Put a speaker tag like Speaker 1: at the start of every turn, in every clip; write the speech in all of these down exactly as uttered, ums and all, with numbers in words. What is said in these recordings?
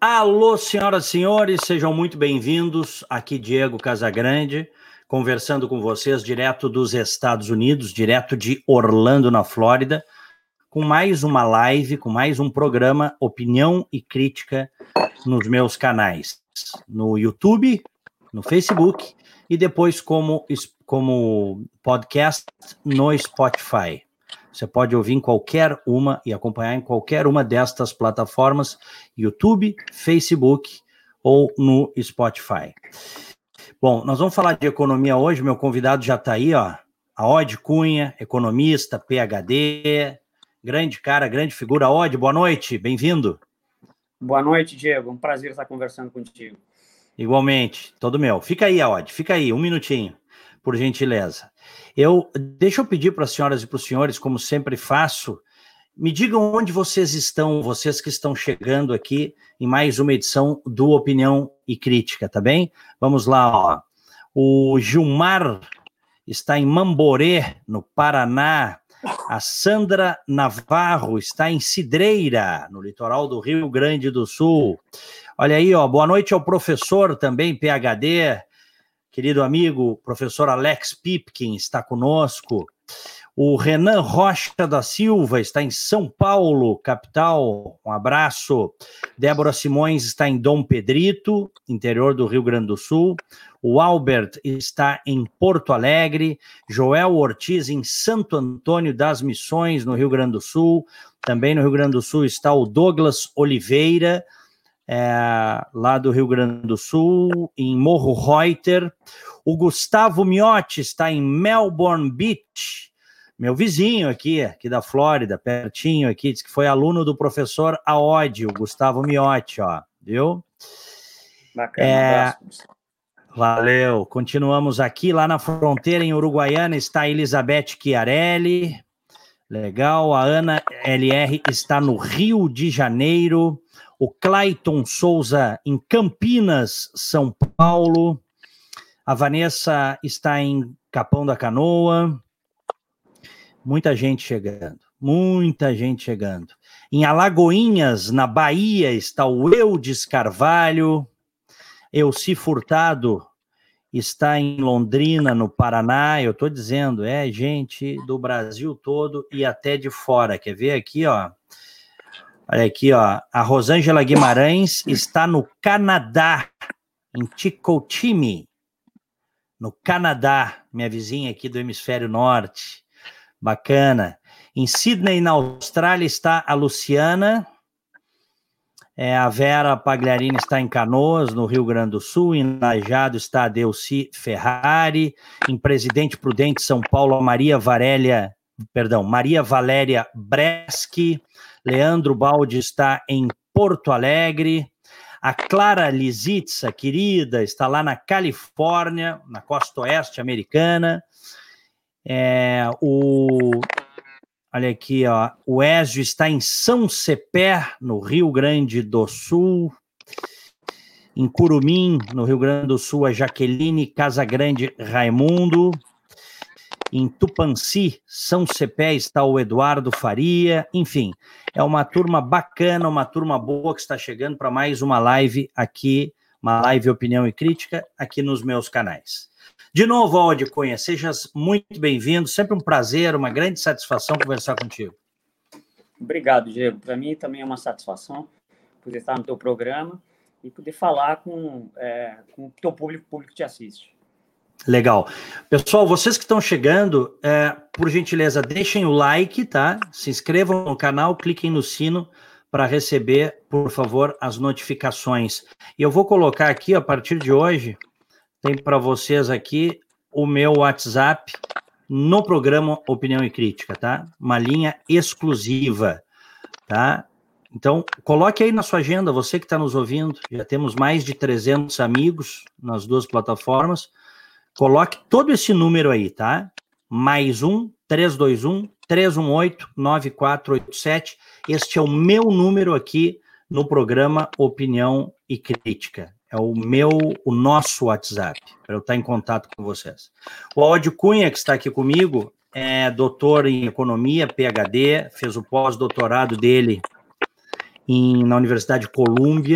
Speaker 1: Alô, senhoras e senhores, sejam muito bem-vindos. Aqui Diego Casagrande, conversando com vocês direto dos Estados Unidos, direto de Orlando, na Flórida, com mais uma live, com mais um programa Opinião e Crítica nos meus canais, no YouTube, no Facebook e depois como, como podcast no Spotify. Você pode ouvir em qualquer uma e acompanhar em qualquer uma destas plataformas, YouTube, Facebook ou no Spotify. Bom, nós vamos falar de economia hoje, meu convidado já está aí, ó, Aode Cunha, economista, P H D, grande cara, grande figura. Aode, boa noite, bem-vindo.
Speaker 2: Boa noite, Diego, um prazer estar conversando contigo.
Speaker 1: Igualmente, todo meu. Fica aí, Aode, fica aí, um minutinho, por gentileza. Eu, deixa eu pedir para as senhoras e para os senhores, como sempre faço, me digam onde vocês estão, vocês que estão chegando aqui em mais uma edição do Opinião e Crítica, tá bem? Vamos lá, ó. O Gilmar está em Mamborê, no Paraná. A Sandra Navarro está em Cidreira, no litoral do Rio Grande do Sul. Olha aí, ó, boa noite ao professor também, P H D, querido amigo, professor Alex Pipkin está conosco. O Renan Rocha da Silva está em São Paulo, capital. Um abraço. Débora Simões está em Dom Pedrito, interior do Rio Grande do Sul. O Albert está em Porto Alegre. Joel Ortiz em Santo Antônio das Missões, no Rio Grande do Sul. Também no Rio Grande do Sul está o Douglas Oliveira, É, lá do Rio Grande do Sul, em Morro Reuter. O Gustavo Miotti está em Melbourne Beach, meu vizinho aqui, aqui da Flórida, pertinho aqui, diz que foi aluno do professor Aode, o Gustavo Miotti, ó, viu?
Speaker 2: Bacana,
Speaker 1: é,
Speaker 2: um abraço.
Speaker 1: Valeu, continuamos aqui, lá na fronteira, em Uruguaiana, está a Elizabeth Chiarelli, legal, a Ana L R está no Rio de Janeiro, o Clayton Souza em Campinas, São Paulo. A Vanessa está em Capão da Canoa. Muita gente chegando, muita gente chegando. Em Alagoinhas, na Bahia, está o Eudes Carvalho. Elci Furtado está em Londrina, no Paraná. Eu estou dizendo, é gente do Brasil todo e até de fora. Quer ver aqui, ó? Olha aqui, ó, a Rosângela Guimarães está no Canadá, em Chicoutimi, no Canadá, minha vizinha aqui do hemisfério norte, bacana. Em Sydney, na Austrália, está a Luciana, é, a Vera Pagliarini está em Canoas, no Rio Grande do Sul, em Lajeado está a Delci Ferrari, em Presidente Prudente, São Paulo, a Maria Valéria, perdão, Maria Valéria Breschi. Leandro Baldi está em Porto Alegre. A Clara Lisitsa, querida, está lá na Califórnia, na costa oeste americana. É, o, olha aqui, ó, o Ézio está em São Cepé, no Rio Grande do Sul. Em Curumim, no Rio Grande do Sul, a Jaqueline Casagrande Raimundo. Em Tupanci, São Cepé, está o Eduardo Faria. Enfim, é uma turma bacana, uma turma boa que está chegando para mais uma live aqui, uma live Opinião e Crítica, aqui nos meus canais. De novo, Aode Cunha, sejas muito bem-vindo, sempre um prazer, uma grande satisfação conversar contigo.
Speaker 2: Obrigado, Diego. Para mim também é uma satisfação poder estar no teu programa e poder falar com, é, com o teu público, o público que te assiste.
Speaker 1: Legal. Pessoal, vocês que estão chegando, é, por gentileza, deixem o like, tá? Se inscrevam no canal, cliquem no sino para receber, por favor, as notificações. E eu vou colocar aqui, a partir de hoje, tem para vocês aqui o meu WhatsApp no programa Opinião e Crítica, tá? Uma linha exclusiva, tá? Então, coloque aí na sua agenda, você que está nos ouvindo, já temos mais de trezentos amigos nas duas plataformas. Coloque todo esse número aí, tá? Mais um, três dois um, três um oito, nove quatro oito sete. Este é o meu número aqui no programa Opinião e Crítica. É o meu, o nosso WhatsApp, para eu estar em contato com vocês. O Aode Cunha, que está aqui comigo, é doutor em Economia, P H D, fez o pós-doutorado dele em, na Universidade de Colômbia,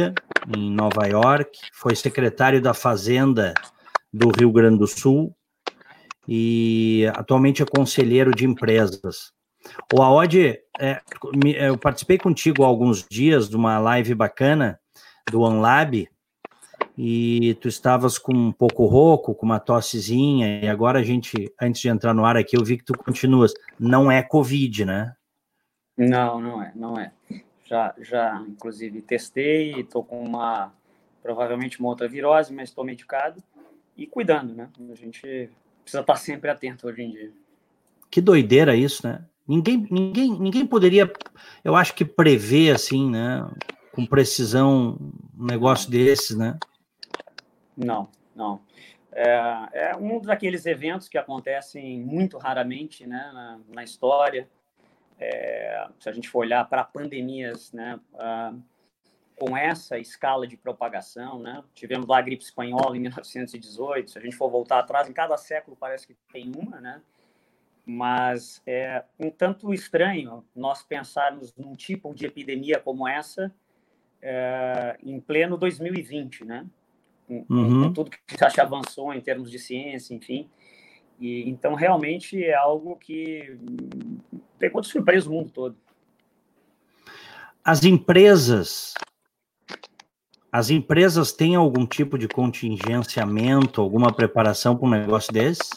Speaker 1: em Nova York, foi secretário da Fazenda do Rio Grande do Sul e atualmente é conselheiro de empresas. O Aode, é, eu participei contigo há alguns dias de uma live bacana do OneLab e tu estavas com um pouco rouco, com uma tossezinha, e agora a gente, antes de entrar no ar aqui, eu vi que tu continuas. Não é Covid, né?
Speaker 2: Não, não é, não é. Já, já inclusive, testei e estou com uma, provavelmente uma outra virose, mas estou medicado e cuidando, né? A gente precisa estar sempre atento hoje em dia.
Speaker 1: Que doideira isso, né? Ninguém, ninguém, ninguém poderia, eu acho que prever, assim, né? Com precisão, um negócio desses, né?
Speaker 2: Não, não. É, é um daqueles eventos que acontecem muito raramente, né, na, na história. É, se a gente for olhar para pandemias, né, ah, com essa escala de propagação, né, tivemos lá a gripe espanhola em mil novecentos e dezoito, se a gente for voltar atrás, em cada século parece que tem uma, né, mas é um tanto estranho nós pensarmos num tipo de epidemia como essa é, em pleno dois mil e vinte, né, com, uhum. com tudo que já avançou em termos de ciência, enfim. E, então, realmente, é algo que pegou de surpresa o mundo todo.
Speaker 1: As empresas, as empresas têm algum tipo de contingenciamento, alguma preparação para um negócio desse?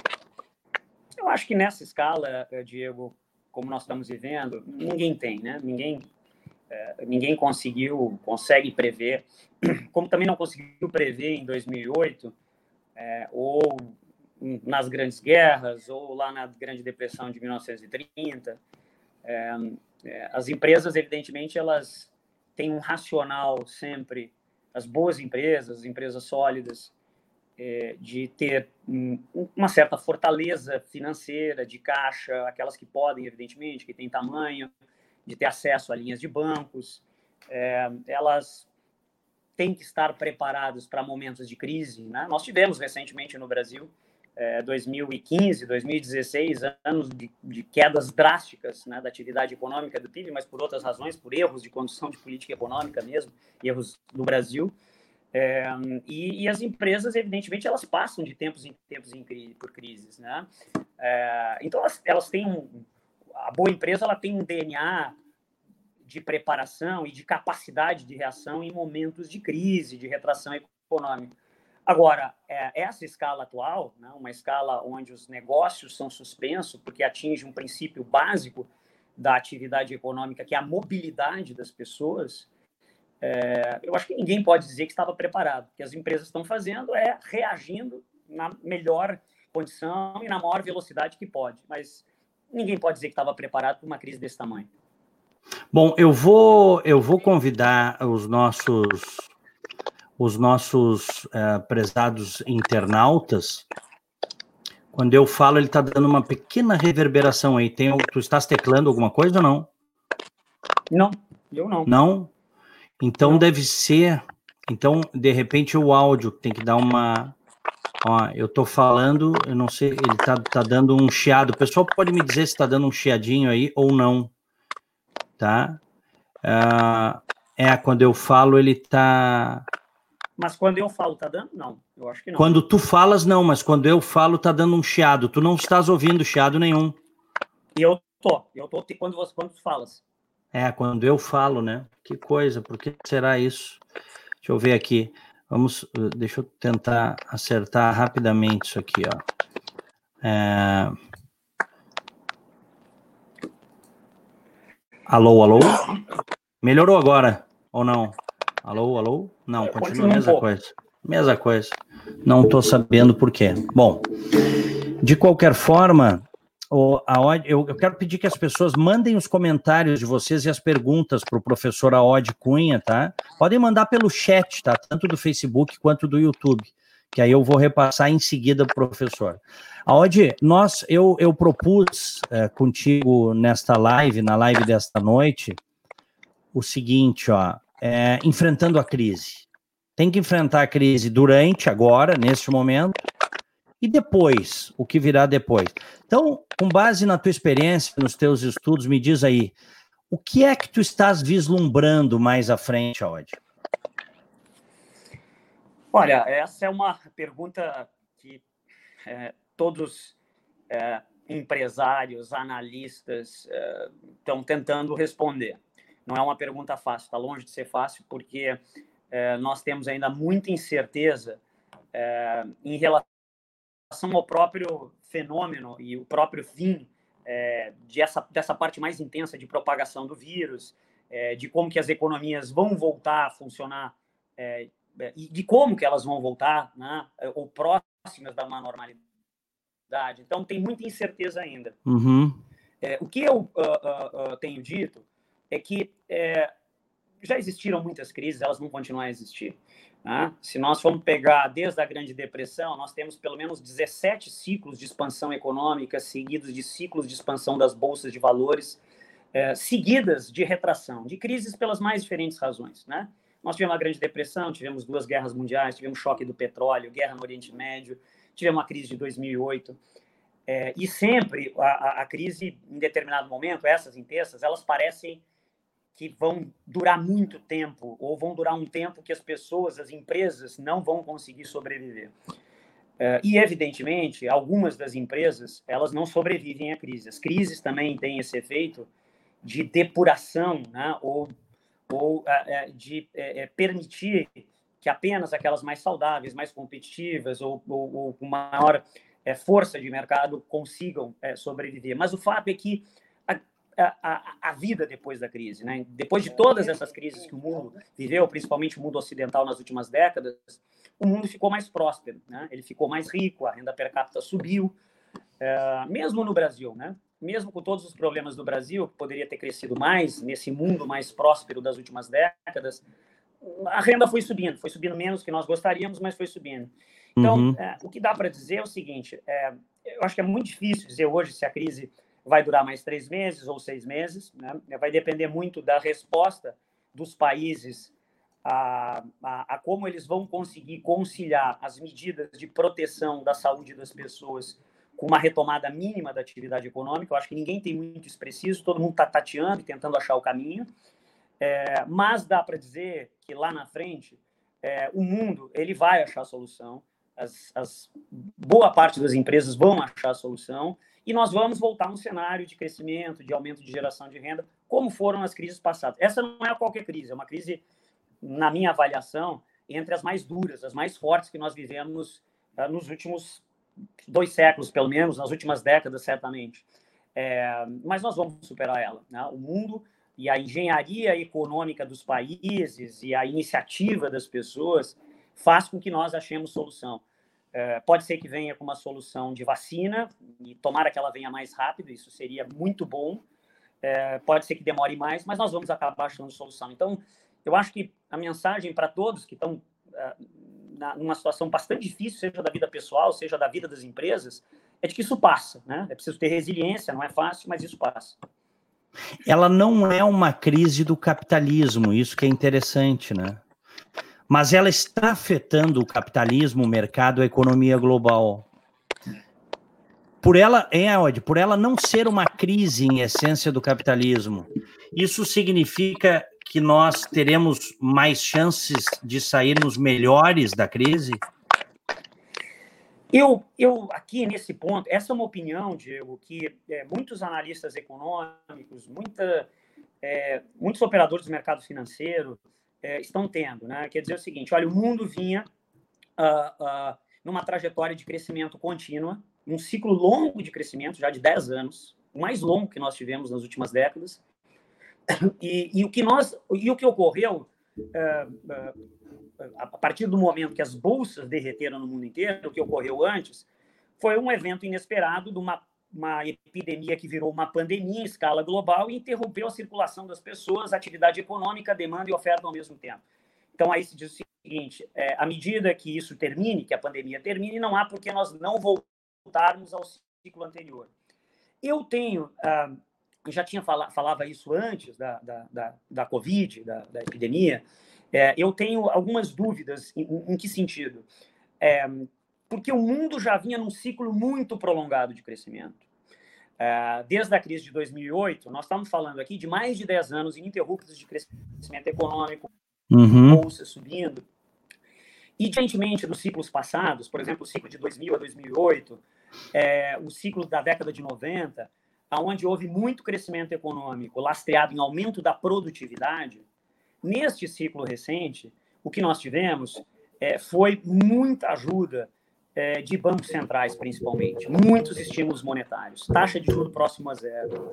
Speaker 2: Eu acho que nessa escala, Diego, como nós estamos vivendo, ninguém tem, né? Ninguém, é, ninguém conseguiu, consegue prever, como também não conseguiu prever em dois mil e oito, é, ou nas grandes guerras, ou lá na Grande Depressão de mil novecentos e trinta. É, é, as empresas, evidentemente, elas têm um racional sempre, as boas empresas, as empresas sólidas, é, de ter um, uma certa fortaleza financeira, de caixa, aquelas que podem, evidentemente, que têm tamanho, de ter acesso a linhas de bancos. É, elas têm que estar preparadas para momentos de crise, né? Nós tivemos recentemente no Brasil, É, dois mil e quinze, dois mil e dezesseis, anos de, de quedas drásticas, né, da atividade econômica do P I B, mas por outras razões, por erros de condução de política econômica mesmo, erros do Brasil. É, e, e as empresas, evidentemente, elas passam de tempos em tempos em crise, por crises, né? É, então, elas, elas têm um... A boa empresa, ela tem um D N A de preparação e de capacidade de reação em momentos de crise, de retração econômica. Agora, essa escala atual, né, uma escala onde os negócios são suspensos, porque atinge um princípio básico da atividade econômica, que é a mobilidade das pessoas, é, eu acho que ninguém pode dizer que estava preparado. O que as empresas estão fazendo é reagindo na melhor condição e na maior velocidade que pode. Mas ninguém pode dizer que estava preparado para uma crise desse tamanho.
Speaker 1: Bom, eu vou, eu vou convidar os nossos... os nossos uh, prezados internautas, quando eu falo, ele está dando uma pequena reverberação aí. Tem, tu estás teclando alguma coisa ou não?
Speaker 2: Não, eu não.
Speaker 1: Não? Então
Speaker 2: não.
Speaker 1: deve ser... Então, de repente, o áudio tem que dar uma... Ó, eu estou falando, eu não sei, ele está tá dando um chiado. O pessoal pode me dizer se está dando um chiadinho aí ou não, tá? Uh, é, quando eu falo, ele está...
Speaker 2: Mas quando eu falo, tá dando? Não, eu acho que não.
Speaker 1: Quando tu falas, não, mas quando eu falo, tá dando um chiado. Tu não estás ouvindo chiado nenhum.
Speaker 2: E eu tô, eu tô quando, você, quando tu falas.
Speaker 1: É, quando eu falo, né? Que coisa, por que será isso? Deixa eu ver aqui. Vamos, deixa eu tentar acertar rapidamente isso aqui, ó. É... Alô, alô? Melhorou agora, ou não? Alô, alô? Não, continua, continua a mesma um coisa. Mesma coisa. Não estou sabendo por quê. Bom, de qualquer forma, o, a, eu, eu quero pedir que as pessoas mandem os comentários de vocês e as perguntas para o professor Aode Cunha, tá? Podem mandar pelo chat, tá? Tanto do Facebook quanto do YouTube, que aí eu vou repassar em seguida para o professor. Aode, nós, eu, eu propus é, contigo nesta live, na live desta noite, o seguinte, ó, é, enfrentando a crise. Tem que enfrentar a crise durante, agora, neste momento, e depois, o que virá depois. Então, com base na tua experiência, nos teus estudos, me diz aí, o que é que tu estás vislumbrando mais à frente, Aode?
Speaker 2: Olha, essa é uma pergunta que é, todos é, empresários, analistas é, estão tentando responder. Não é uma pergunta fácil, está longe de ser fácil, porque é, nós temos ainda muita incerteza é, em relação ao próprio fenômeno e o próprio fim é, de essa, dessa parte mais intensa de propagação do vírus, é, de como que as economias vão voltar a funcionar é, e de como que elas vão voltar, né, ou próximas da uma normalidade. Então, tem muita incerteza ainda.
Speaker 1: Uhum.
Speaker 2: É, o que eu uh, uh, tenho dito é que é, já existiram muitas crises, elas vão continuar a existir. Né? Se nós formos pegar desde a Grande Depressão, nós temos pelo menos dezessete ciclos de expansão econômica, seguidos de ciclos de expansão das bolsas de valores, é, seguidas de retração, de crises pelas mais diferentes razões. Né? Nós tivemos a Grande Depressão, tivemos duas guerras mundiais, tivemos choque do petróleo, guerra no Oriente Médio, tivemos uma crise de dois mil e oito. É, e sempre a, a, a crise, em determinado momento, essas intensas, elas parecem que vão durar muito tempo, ou vão durar um tempo que as pessoas, as empresas, não vão conseguir sobreviver. É, e, evidentemente, algumas das empresas, elas não sobrevivem à crise. As crises também têm esse efeito de depuração, né, ou ou é, de é, permitir que apenas aquelas mais saudáveis, mais competitivas ou, ou, ou com maior é, força de mercado consigam é, sobreviver. Mas o fato é que a, a, a vida depois da crise, né? Depois de todas essas crises que o mundo viveu, principalmente o mundo ocidental nas últimas décadas, o mundo ficou mais próspero, né? Ele ficou mais rico, a renda per capita subiu, é, mesmo no Brasil, né? Mesmo com todos os problemas do Brasil, que poderia ter crescido mais nesse mundo mais próspero das últimas décadas, a renda foi subindo, foi subindo menos que nós gostaríamos, mas foi subindo. Então, uhum. é, o que dá para dizer é o seguinte, é, eu acho que é muito difícil dizer hoje se a crise vai durar mais três meses ou seis meses, né? Vai depender muito da resposta dos países a, a, a como eles vão conseguir conciliar as medidas de proteção da saúde das pessoas com uma retomada mínima da atividade econômica. Eu acho que ninguém tem muito isso preciso, todo mundo está tateando e tentando achar o caminho, é, mas dá para dizer que lá na frente é, o mundo ele vai achar a solução, as, as, boa parte das empresas vão achar a solução e nós vamos voltar a um cenário de crescimento, de aumento de geração de renda, como foram as crises passadas. Essa não é qualquer crise, é uma crise, na minha avaliação, entre as mais duras, as mais fortes que nós vivemos uh, nos últimos dois séculos, pelo menos, nas últimas décadas, certamente. É, mas nós vamos superar ela. Né? O mundo e a engenharia econômica dos países e a iniciativa das pessoas faz com que nós achemos solução. É, pode ser que venha com uma solução de vacina, e tomara que ela venha mais rápido, isso seria muito bom. É, pode ser que demore mais, mas nós vamos acabar achando solução. Então, eu acho que a mensagem para todos que estão uh, na, numa situação bastante difícil, seja da vida pessoal, seja da vida das empresas, é de que isso passa, né? É preciso ter resiliência, não é fácil, mas isso passa.
Speaker 1: Ela não é uma crise do capitalismo, isso que é interessante, né? Mas ela está afetando o capitalismo, o mercado, a economia global. Por ela, hein, Aod, por ela não ser uma crise em essência do capitalismo, isso significa que nós teremos mais chances de sairmos melhores da crise?
Speaker 2: Eu, eu aqui nesse ponto, essa é uma opinião, Diego, que é, muitos analistas econômicos, muita, é, muitos operadores do mercado financeiro é, estão tendo, né? Quer dizer o seguinte, olha, o mundo vinha uh, uh, numa trajetória de crescimento contínua, um ciclo longo de crescimento, já de dez anos, o mais longo que nós tivemos nas últimas décadas, e, e, o, que nós, e o que ocorreu uh, uh, a partir do momento que as bolsas derreteram no mundo inteiro, o que ocorreu antes foi um evento inesperado de uma, uma epidemia que virou uma pandemia em escala global e interrompeu a circulação das pessoas, a atividade econômica, demanda e oferta ao mesmo tempo. Então, aí se diz o seguinte, é, à medida que isso termine, que a pandemia termine, não há por que nós não voltarmos ao ciclo anterior. Eu tenho, ah, já tinha fala, falava isso antes da, da, da, da Covid, da, da epidemia, É, eu tenho algumas dúvidas em, em que sentido? É, porque o mundo já vinha num ciclo muito prolongado de crescimento. É, desde a crise de dois mil e oito, nós estamos falando aqui de mais de dez anos ininterruptos de crescimento econômico, uhum. bolsa subindo. E, diferentemente dos ciclos passados, por exemplo, o ciclo de dois mil a dois mil e oito, é, o ciclo da década de noventa, onde houve muito crescimento econômico lastreado em aumento da produtividade, neste ciclo recente, o que nós tivemos é, foi muita ajuda é, de bancos centrais, principalmente, muitos estímulos monetários, taxa de juros próximo a zero,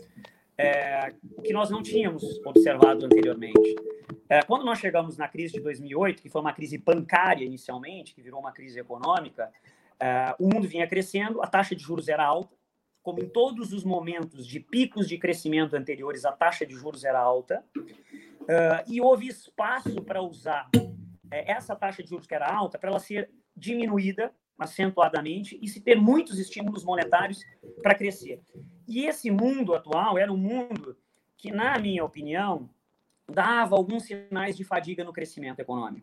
Speaker 2: é, o que nós não tínhamos observado anteriormente. É, quando nós chegamos na crise de dois mil e oito, que foi uma crise bancária inicialmente, que virou uma crise econômica, é, o mundo vinha crescendo, a taxa de juros era alta, como em todos os momentos de picos de crescimento anteriores, a taxa de juros era alta, uh, e houve espaço para usar é, essa taxa de juros que era alta, para ela ser diminuída acentuadamente e se ter muitos estímulos monetários para crescer. E esse mundo atual era um mundo que, na minha opinião, dava alguns sinais de fadiga no crescimento econômico.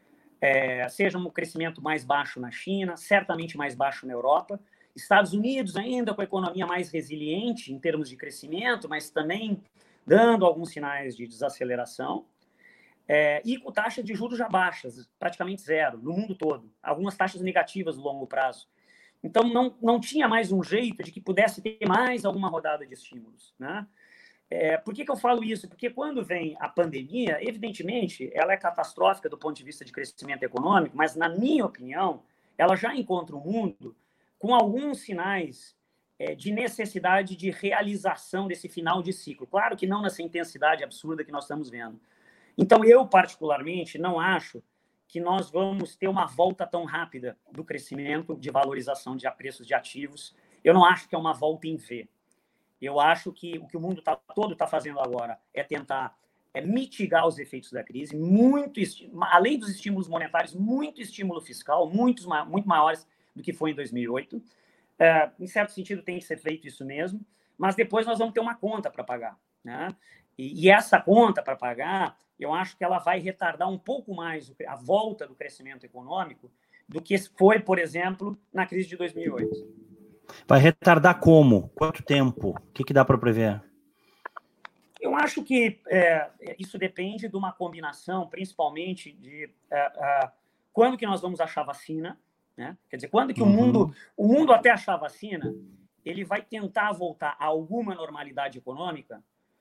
Speaker 2: É, seja um crescimento mais baixo na China, certamente mais baixo na Europa, Estados Unidos ainda com a economia mais resiliente em termos de crescimento, mas também dando alguns sinais de desaceleração, é, e com taxa de juros já baixas, praticamente zero, no mundo todo. Algumas taxas negativas no longo prazo. Então, não, não tinha mais um jeito de que pudesse ter mais alguma rodada de estímulos, né? É, por que, que eu falo isso? Porque quando vem a pandemia, evidentemente, ela é catastrófica do ponto de vista de crescimento econômico, mas, na minha opinião, ela já encontra o mundo com alguns sinais é, de necessidade de realização desse final de ciclo. Claro que não nessa intensidade absurda que nós estamos vendo. Então, eu, particularmente, não acho que nós vamos ter uma volta tão rápida do crescimento de valorização de preços de ativos. Eu não acho que é uma volta em V. Eu acho que o que o mundo tá, todo está fazendo agora é tentar é, mitigar os efeitos da crise, muito além dos estímulos monetários, muito estímulo fiscal, muitos, muito maiores do que foi em dois mil e oito. É, em certo sentido, tem que ser feito isso mesmo, mas depois nós vamos ter uma conta para pagar, né? E, e essa conta para pagar, eu acho que ela vai retardar um pouco mais a volta do crescimento econômico do que foi, por exemplo, na crise de dois mil e oito.
Speaker 1: Vai retardar como? Quanto tempo? O que, que dá para prever?
Speaker 2: Eu acho que é, isso depende de uma combinação, principalmente de é, é, quando que nós vamos achar vacina, né? Quer dizer, quando que uhum. o mundo, o mundo até achar vacina, ele vai tentar voltar a alguma normalidade econômica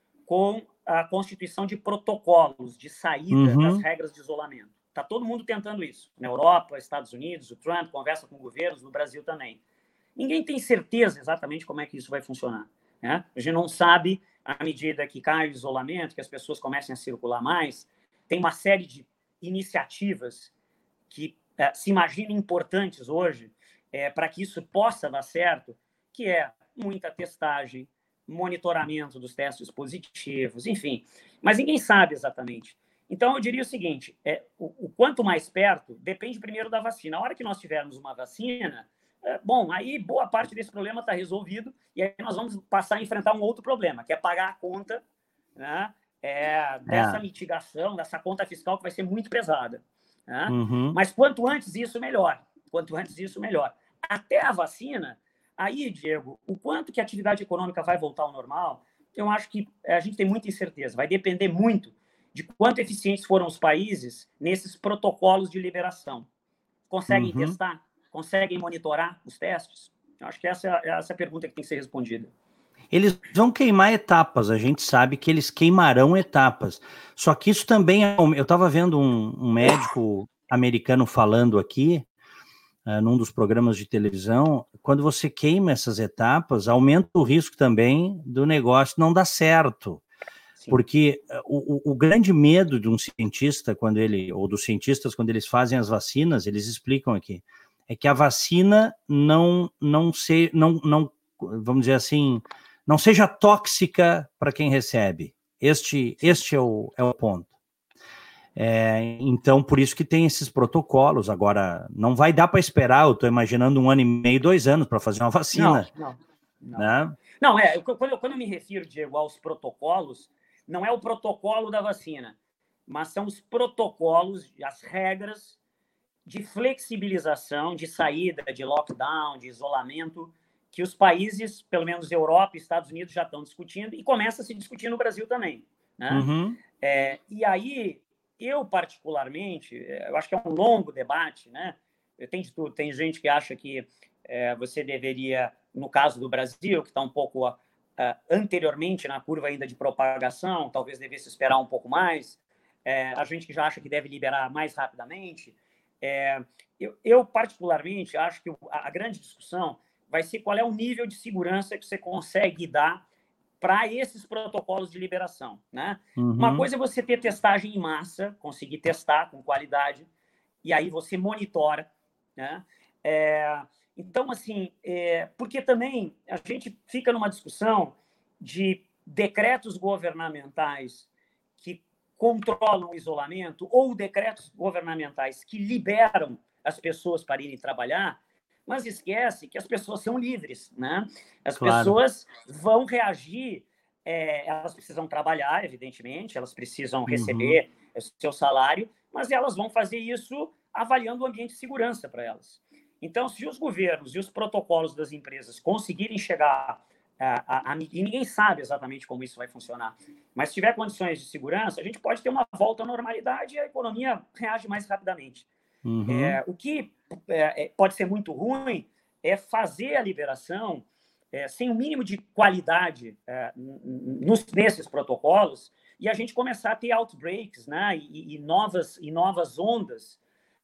Speaker 2: com a constituição de protocolos de saída uhum. das regras de isolamento. Está todo mundo tentando isso. Na Europa, Estados Unidos, o Trump conversa com governos, no Brasil também. Ninguém tem certeza exatamente como é que isso vai funcionar, né? A gente não sabe, à medida que cai o isolamento, que as pessoas comecem a circular mais, tem uma série de iniciativas que é, se imaginam importantes hoje é, para que isso possa dar certo, que é muita testagem, monitoramento dos testes positivos, enfim. Mas ninguém sabe exatamente. Então, eu diria o seguinte, é, o, o quanto mais perto, depende primeiro da vacina. A hora que nós tivermos uma vacina... Bom, aí boa parte desse problema está resolvido e aí nós vamos passar a enfrentar um outro problema, que é pagar a conta, né, é, dessa é. mitigação, dessa conta fiscal que vai ser muito pesada. Né? Uhum. Mas quanto antes isso, melhor. Quanto antes isso, melhor. Até a vacina, aí, Diego, o quanto que a atividade econômica vai voltar ao normal, eu acho que a gente tem muita incerteza. Vai depender muito de quanto eficientes foram os países nesses protocolos de liberação. Conseguem uhum. testar? Conseguem monitorar os testes? Eu acho que essa é essa é a pergunta que tem que ser respondida.
Speaker 1: Eles vão queimar etapas, a gente sabe que eles queimarão etapas. Só que isso também é... Eu estava vendo um, um médico americano falando aqui, uh, num dos programas de televisão, quando você queima essas etapas, aumenta o risco também do negócio não dar certo. Sim. Porque o, o, o grande medo de um cientista, quando ele, ou dos cientistas, quando eles fazem as vacinas, eles explicam aqui, é que a vacina não, não, se, não, não, vamos dizer assim, não seja tóxica para quem recebe. Este, este é, o, é o ponto. É, então, por isso que tem esses protocolos. Agora, não vai dar para esperar, eu estou imaginando um ano e meio, dois anos para fazer uma vacina.
Speaker 2: Não, não. Não,
Speaker 1: né?
Speaker 2: não é, quando eu, quando eu me refiro, Diego, aos protocolos, não é o protocolo da vacina, mas são os protocolos, as regras de flexibilização, de saída, de lockdown, de isolamento, que os países, pelo menos Europa e Estados Unidos, já estão discutindo, e começa a se discutir no Brasil também. Né? Uhum. É, e aí, eu, particularmente, eu acho que é um longo debate, né? Tem de tudo. Tem gente que acha que é, você deveria, no caso do Brasil, que está um pouco uh, anteriormente na curva ainda de propagação, talvez devesse esperar um pouco mais. É, a gente que já acha que deve liberar mais rapidamente. É, eu, eu, particularmente, acho que a, a grande discussão vai ser qual é o nível de segurança que você consegue dar para esses protocolos de liberação, né? Uhum. Uma coisa é você ter testagem em massa, conseguir testar com qualidade, e aí você monitora, né? É, então, assim, é, porque também a gente fica numa discussão de decretos governamentais que controlam o isolamento ou decretos governamentais que liberam as pessoas para irem trabalhar, mas esquece que as pessoas são livres, né? As claro. pessoas vão reagir, é, elas precisam trabalhar, evidentemente, elas precisam uhum. receber o seu salário, mas elas vão fazer isso avaliando o ambiente de segurança para elas. Então, se os governos e os protocolos das empresas conseguirem chegar a, a, a... E ninguém sabe exatamente como isso vai funcionar, mas se tiver condições de segurança, a gente pode ter uma volta à normalidade e a economia reage mais rapidamente. Uhum. É, o que é, pode ser muito ruim é fazer a liberação é, sem o um mínimo de qualidade é, nos, nesses protocolos e a gente começar a ter outbreaks, né, e, e, novas, e novas ondas,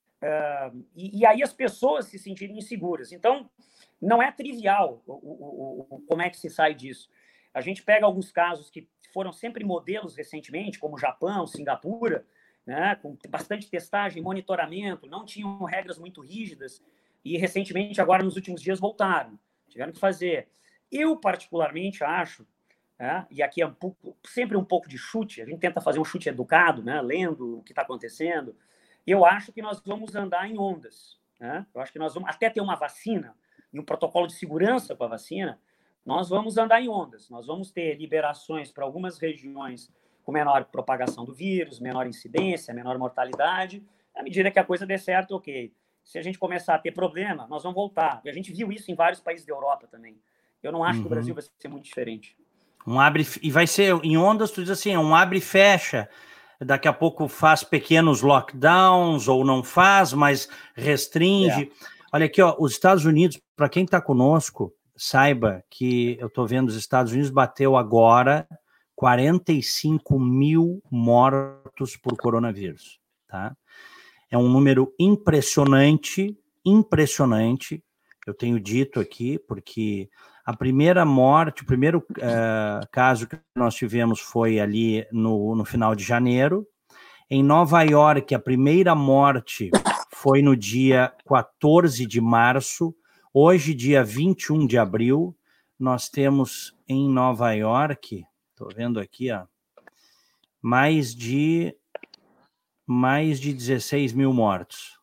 Speaker 2: é, e, e aí as pessoas se sentirem inseguras. Então, não é trivial o, o, o, como é que se sai disso. A gente pega alguns casos que foram sempre modelos recentemente, como Japão, Singapura, né, com bastante testagem, monitoramento, não tinham regras muito rígidas e, recentemente, agora, nos últimos dias, voltaram, tiveram que fazer. Eu, particularmente, acho, né, e aqui é um pouco, sempre um pouco de chute, a gente tenta fazer um chute educado, né, lendo o que está acontecendo, eu acho que nós vamos andar em ondas. Né? Eu acho que nós vamos, até ter uma vacina e um protocolo de segurança para a vacina, nós vamos andar em ondas. Nós vamos ter liberações para algumas regiões com menor propagação do vírus, menor incidência, menor mortalidade. À medida que a coisa der certo, ok. Se a gente começar a ter problema, nós vamos voltar. E a gente viu isso em vários países da Europa também. Eu não acho uhum. que o Brasil vai ser muito diferente.
Speaker 1: Um abre e vai ser em ondas, tu diz assim, um abre e fecha. Daqui a pouco faz pequenos lockdowns ou não faz, mas restringe. É. Olha aqui, ó, os Estados Unidos, para quem está conosco, saiba que eu estou vendo os Estados Unidos bateu agora quarenta e cinco mil mortos por coronavírus, tá? É um número impressionante, impressionante. Eu tenho dito aqui, porque a primeira morte, o primeiro uh, caso que nós tivemos foi ali no, no final de janeiro. Em Nova York, a primeira morte foi no dia quatorze de março. Hoje, dia vinte e um de abril, nós temos em Nova York, estou vendo aqui, ó, mais de, mais de dezesseis mil mortos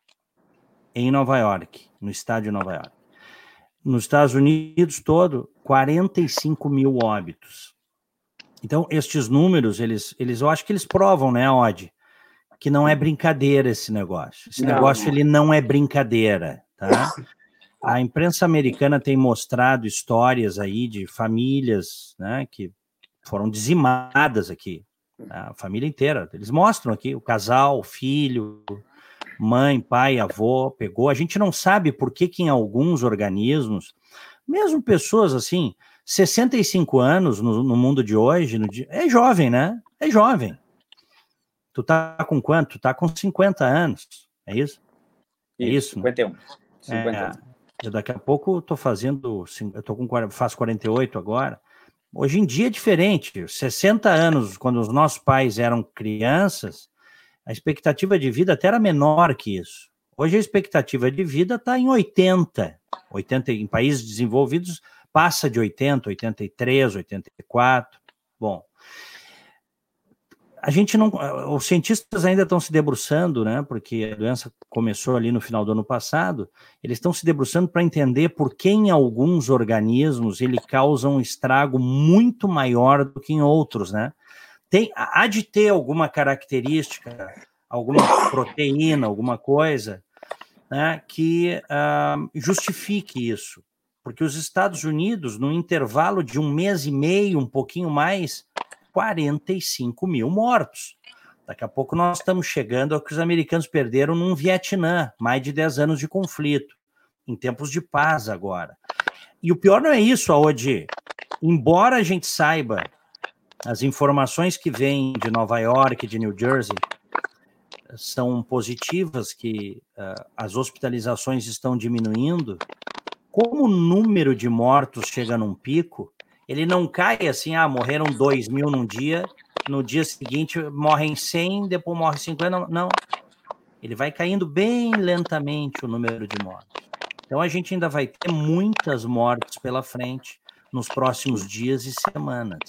Speaker 1: em Nova York, no estado de Nova York. Nos Estados Unidos todo, quarenta e cinco mil óbitos. Então, estes números, eles, eles, eu acho que eles provam, né, Odd, que não é brincadeira esse negócio. Esse não, negócio, não. ele não é brincadeira, tá? A imprensa americana tem mostrado histórias aí de famílias, né, que foram dizimadas aqui, a família inteira. Eles mostram aqui o casal, o filho, mãe, pai, avô, pegou. A gente não sabe por que que em alguns organismos, mesmo pessoas assim, sessenta e cinco anos no, no mundo de hoje, no dia, é jovem, né? É jovem. Tu tá com quanto? Tu tá com cinquenta anos, é isso? É isso,
Speaker 2: cinquenta e um. Né? cinquenta e um.
Speaker 1: É, eu daqui a pouco tô fazendo, eu tô com, faço quarenta e oito agora. Hoje em dia é diferente. sessenta anos, quando os nossos pais eram crianças, a expectativa de vida até era menor que isso. Hoje a expectativa de vida está em oitenta. oitenta em países desenvolvidos passa de oitenta, oitenta e três, oitenta e quatro. Bom, a gente não, os cientistas ainda estão se debruçando, né? Porque a doença começou ali no final do ano passado. Eles estão se debruçando para entender por que em alguns organismos ele causa um estrago muito maior do que em outros, né? Tem, há de ter alguma característica, alguma proteína, alguma coisa, né, que uh, justifique isso. Porque os Estados Unidos, no intervalo de um mês e meio, um pouquinho mais, quarenta e cinco mil mortos. Daqui a pouco nós estamos chegando ao que os americanos perderam num Vietnã, mais de dez anos de conflito, em tempos de paz agora. E o pior não é isso, Aodi. Embora a gente saiba as informações que vêm de Nova York, de New Jersey, são positivas, que uh, as hospitalizações estão diminuindo, como o número de mortos chega num pico, ele não cai assim, ah, morreram dois mil num dia, no dia seguinte morrem cem, depois morre cinquenta, não. Ele vai caindo bem lentamente o número de mortos. Então a gente ainda vai ter muitas mortes pela frente nos próximos dias e semanas.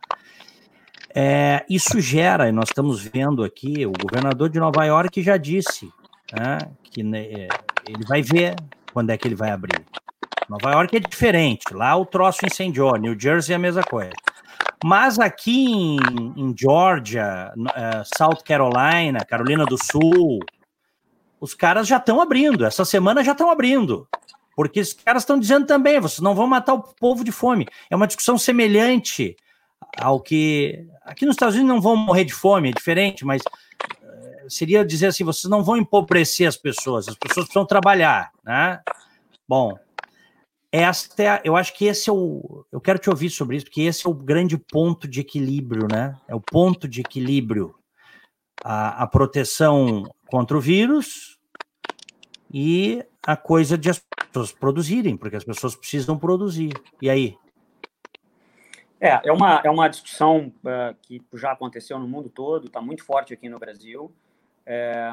Speaker 1: É, isso gera, e nós estamos vendo aqui, o governador de Nova York já disse, né, que né, ele vai ver quando é que ele vai abrir. Nova York é diferente, lá o troço incendiou, New Jersey é a mesma coisa. Mas aqui em, em Georgia, uh, South Carolina, Carolina do Sul, os caras já estão abrindo, essa semana já estão abrindo, porque os caras estão dizendo também, vocês não vão matar o povo de fome. É uma discussão semelhante ao que... Aqui nos Estados Unidos não vão morrer de fome, é diferente, mas uh, seria dizer assim, vocês não vão empobrecer as pessoas, as pessoas precisam trabalhar, né? Bom, esta é, eu acho que esse é o... Eu quero te ouvir sobre isso, porque esse é o grande ponto de equilíbrio, né? É o ponto de equilíbrio. A, a proteção contra o vírus e a coisa de as pessoas produzirem, porque as pessoas precisam produzir. E aí?
Speaker 2: É, é uma, é uma discussão uh, que já aconteceu no mundo todo, está muito forte aqui no Brasil. É,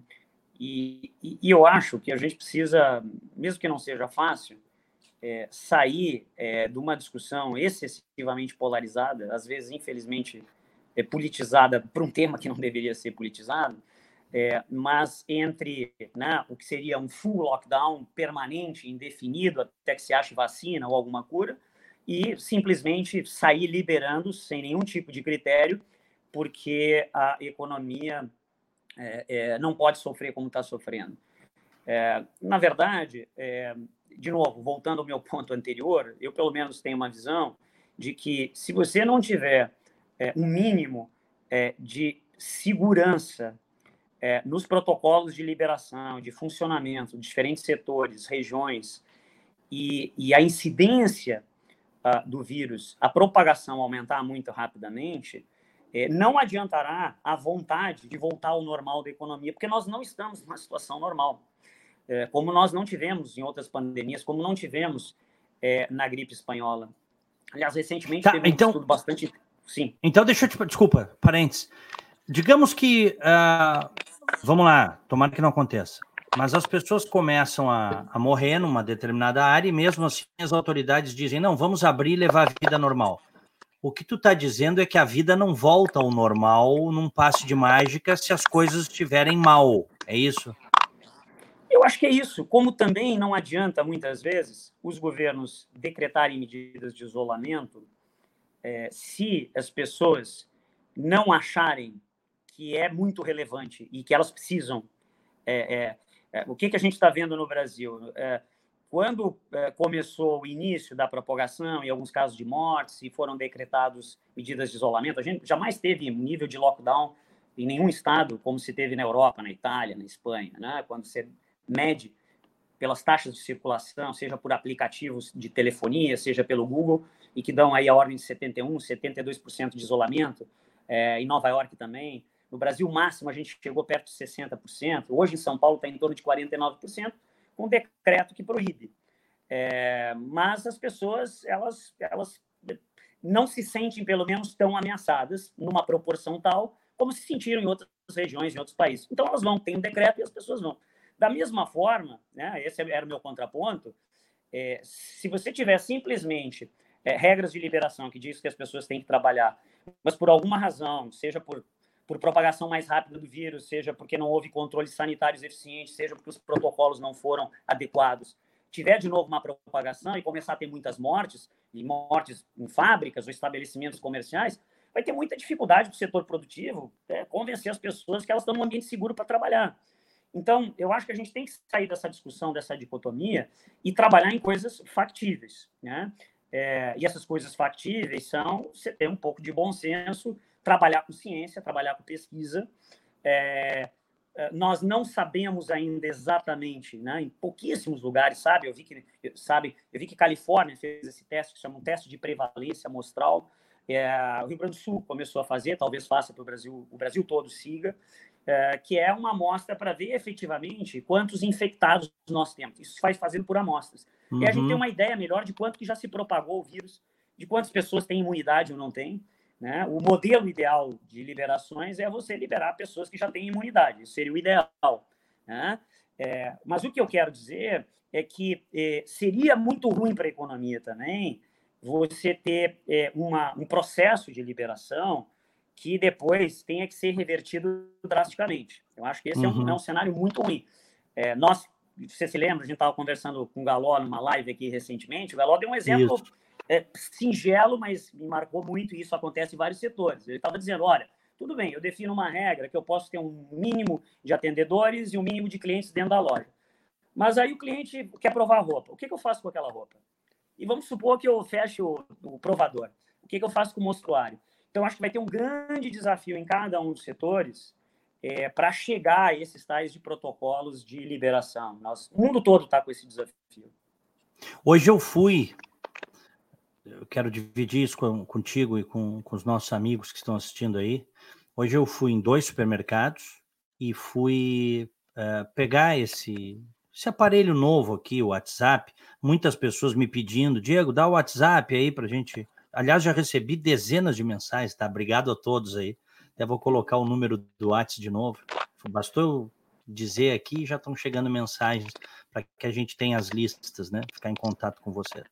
Speaker 2: e, e eu acho que a gente precisa, mesmo que não seja fácil, é, sair é, de uma discussão excessivamente polarizada, às vezes, infelizmente, é, politizada por um tema que não deveria ser politizado, é, mas entre, né, o que seria um full lockdown permanente, indefinido, até que se ache vacina ou alguma cura, e simplesmente sair liberando sem nenhum tipo de critério, porque a economia é, é, não pode sofrer como está sofrendo. É, na verdade, é, de novo, voltando ao meu ponto anterior, eu pelo menos tenho uma visão de que se você não tiver é, um mínimo é, de segurança é, nos protocolos de liberação, de funcionamento de diferentes setores, regiões, e, e a incidência uh, do vírus, a propagação aumentar muito rapidamente, é, não adiantará a vontade de voltar ao normal da economia, porque nós não estamos numa situação normal. É, como nós não tivemos em outras pandemias, como não tivemos é, na gripe espanhola. Aliás, recentemente
Speaker 1: tá,
Speaker 2: teve um
Speaker 1: então,
Speaker 2: estudo bastante... Sim.
Speaker 1: Então, deixa eu te... Desculpa, parênteses. Digamos que... Uh, vamos lá, tomara que não aconteça. Mas as pessoas começam a, a morrer numa determinada área e mesmo assim as autoridades dizem, não, vamos abrir e levar a vida normal. O que tu está dizendo é que a vida não volta ao normal num passe de mágica se as coisas estiverem mal. É isso?
Speaker 2: Eu acho que é isso. Como também não adianta, muitas vezes, os governos decretarem medidas de isolamento é, se as pessoas não acharem que é muito relevante e que elas precisam. É, é, é, o que, que a gente está vendo no Brasil? É, quando é, começou o início da propagação, em alguns casos de mortes, e foram decretados medidas de isolamento, a gente jamais teve um nível de lockdown em nenhum estado como se teve na Europa, na Itália, na Espanha, né? Quando você mede pelas taxas de circulação, seja por aplicativos de telefonia, seja pelo Google, e que dão aí a ordem de setenta e um por cento, setenta e dois por cento de isolamento, é, em Nova York também. No Brasil, máximo, a gente chegou perto de sessenta por cento. Hoje, em São Paulo, está em torno de quarenta e nove por cento, com um decreto que proíbe. É, mas as pessoas, elas, elas não se sentem, pelo menos, tão ameaçadas, numa proporção tal, como se sentiram em outras regiões, em outros países. Então, elas vão, tem um decreto e as pessoas vão. Da mesma forma, né, esse era o meu contraponto, é, se você tiver simplesmente é, regras de liberação que diz que as pessoas têm que trabalhar, mas por alguma razão, seja por, por propagação mais rápida do vírus, seja porque não houve controles sanitários eficientes, seja porque os protocolos não foram adequados, tiver de novo uma propagação e começar a ter muitas mortes, e mortes em fábricas ou estabelecimentos comerciais, vai ter muita dificuldade para o setor produtivo é, convencer as pessoas que elas estão num ambiente seguro para trabalhar. Então, eu acho que a gente tem que sair dessa discussão, dessa dicotomia e trabalhar em coisas factíveis, né? É, e essas coisas factíveis são você ter um pouco de bom senso, trabalhar com ciência, trabalhar com pesquisa. É, nós não sabemos ainda exatamente, né, em pouquíssimos lugares, sabe? Eu vi que, sabe, eu vi que Califórnia fez esse teste, que se chama um teste de prevalência amostral. É, o Rio Grande do Sul começou a fazer, talvez faça para o Brasil, o Brasil todo siga, é, que é uma amostra para ver efetivamente quantos infectados nós temos. Isso se faz fazendo por amostras. Uhum. E a gente tem uma ideia melhor de quanto que já se propagou o vírus, de quantas pessoas têm imunidade ou não têm. Né? O modelo ideal de liberações é você liberar pessoas que já têm imunidade. Isso seria o ideal. Né? É, mas o que eu quero dizer é que é, seria muito ruim para a economia também você ter é, uma, um processo de liberação que depois tenha que ser revertido drasticamente. Eu acho que esse uhum. é, um, é um cenário muito ruim. É, nós, você se lembra, a gente estava conversando com o Galó numa live aqui recentemente, o Galó deu um exemplo é, singelo, mas me marcou muito, e isso acontece em vários setores. Ele estava dizendo, olha, tudo bem, eu defino uma regra que eu posso ter um mínimo de atendedores e um mínimo de clientes dentro da loja. Mas aí o cliente quer provar a roupa. O que, que eu faço com aquela roupa? E vamos supor que eu feche o, o provador. O que, que eu faço com o mostruário? Então, acho que vai ter um grande desafio em cada um dos setores é, para chegar a esses tais de protocolos de liberação. Nós, o mundo todo está com esse desafio.
Speaker 1: Hoje eu fui, eu quero dividir isso com, contigo e com, com os nossos amigos que estão assistindo aí. Hoje eu fui em dois supermercados e fui uh, pegar esse... Esse aparelho novo aqui, o WhatsApp, muitas pessoas me pedindo, Diego, dá o WhatsApp aí pra gente. Aliás, já recebi dezenas de mensagens, tá? Obrigado a todos aí. Até vou colocar o número do WhatsApp de novo. Bastou eu dizer aqui, já estão chegando mensagens para que a gente tenha as listas, né? Ficar em contato com você.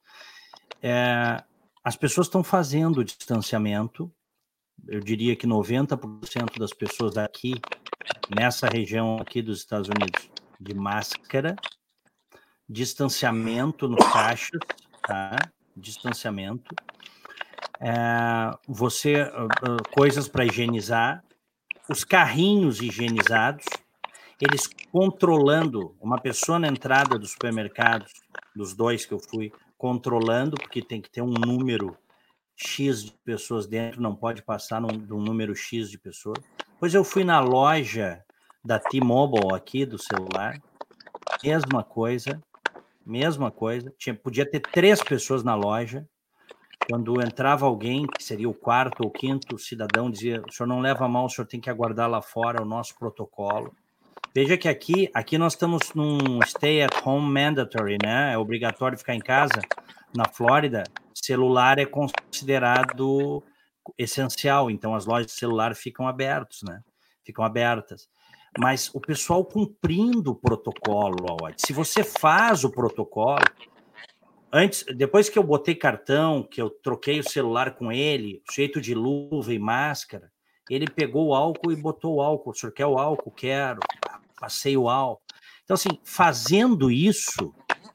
Speaker 1: É, as pessoas estão fazendo o distanciamento. Eu diria que noventa por cento das pessoas daqui, nessa região aqui dos Estados Unidos, de máscara, distanciamento nos caixas, tá? Distanciamento. É, você, uh, coisas para higienizar, os carrinhos higienizados, eles controlando, uma pessoa na entrada dos supermercados, dos dois que eu fui, controlando, porque tem que ter um número X de pessoas dentro, não pode passar num, de um número X de pessoas. Depois eu fui na loja da T-Mobile aqui, do celular, mesma coisa, mesma coisa, tinha, podia ter três pessoas na loja, quando entrava alguém, que seria o quarto ou quinto cidadão, dizia, o senhor não leva a mal, o senhor tem que aguardar lá fora, é o nosso protocolo. Veja que aqui, aqui nós estamos num stay at home mandatory, né, é obrigatório ficar em casa. Na Flórida, celular é considerado essencial, então as lojas de celular ficam abertas, né, ficam abertas. Mas o pessoal cumprindo o protocolo, se você faz o protocolo, antes, depois que eu botei cartão, que eu troquei o celular com ele, jeito de luva e máscara, ele pegou o álcool e botou o álcool. O senhor quer o álcool? Quero. Passei o álcool. Então, assim, fazendo isso,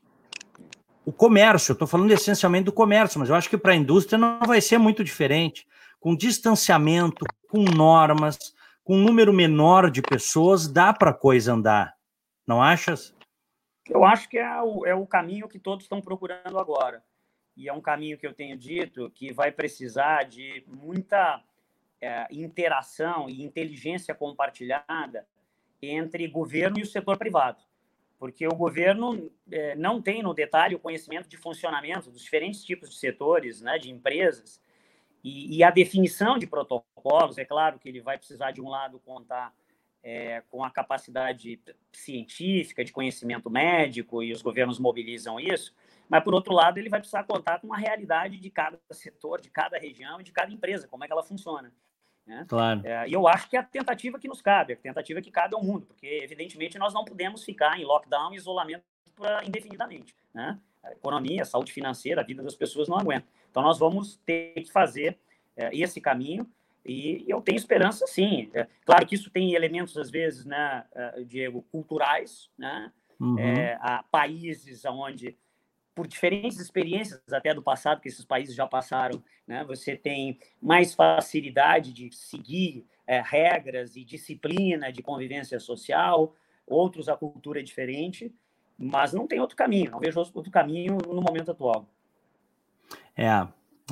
Speaker 1: o comércio, eu estou falando essencialmente do comércio, mas eu acho que para a indústria não vai ser muito diferente. Com distanciamento, com normas, com um número menor de pessoas, dá para a coisa andar. Não achas?
Speaker 2: Eu acho que é o, é o caminho que todos estão procurando agora. E é um caminho que eu tenho dito que vai precisar de muita é, interação e inteligência compartilhada entre governo e o setor privado. Porque o governo é, não tem, no detalhe, o conhecimento de funcionamento dos diferentes tipos de setores, né, de empresas, e, e a definição de protocolos. É claro que ele vai precisar, de um lado, contar É, com a capacidade científica, de conhecimento médico, e os governos mobilizam isso, mas, por outro lado, ele vai precisar contar com a realidade de cada setor, de cada região e de cada empresa, como é que ela funciona. Né?
Speaker 1: Claro.
Speaker 2: É, e eu acho que é a tentativa que nos cabe, a tentativa que cabe ao mundo, porque, evidentemente, nós não podemos ficar em lockdown e isolamento pra, indefinidamente. Né? A economia, a saúde financeira, a vida das pessoas não aguenta. Então, nós vamos ter que fazer é, esse caminho. E eu tenho esperança, sim. É, claro que isso tem elementos, às vezes, né, Diego, culturais, né? Uhum. É, há países onde, por diferentes experiências até do passado, que esses países já passaram, né, você tem mais facilidade de seguir é, regras e disciplina de convivência social, outros a cultura é diferente, mas não tem outro caminho, não vejo outro caminho no momento atual.
Speaker 1: É, é.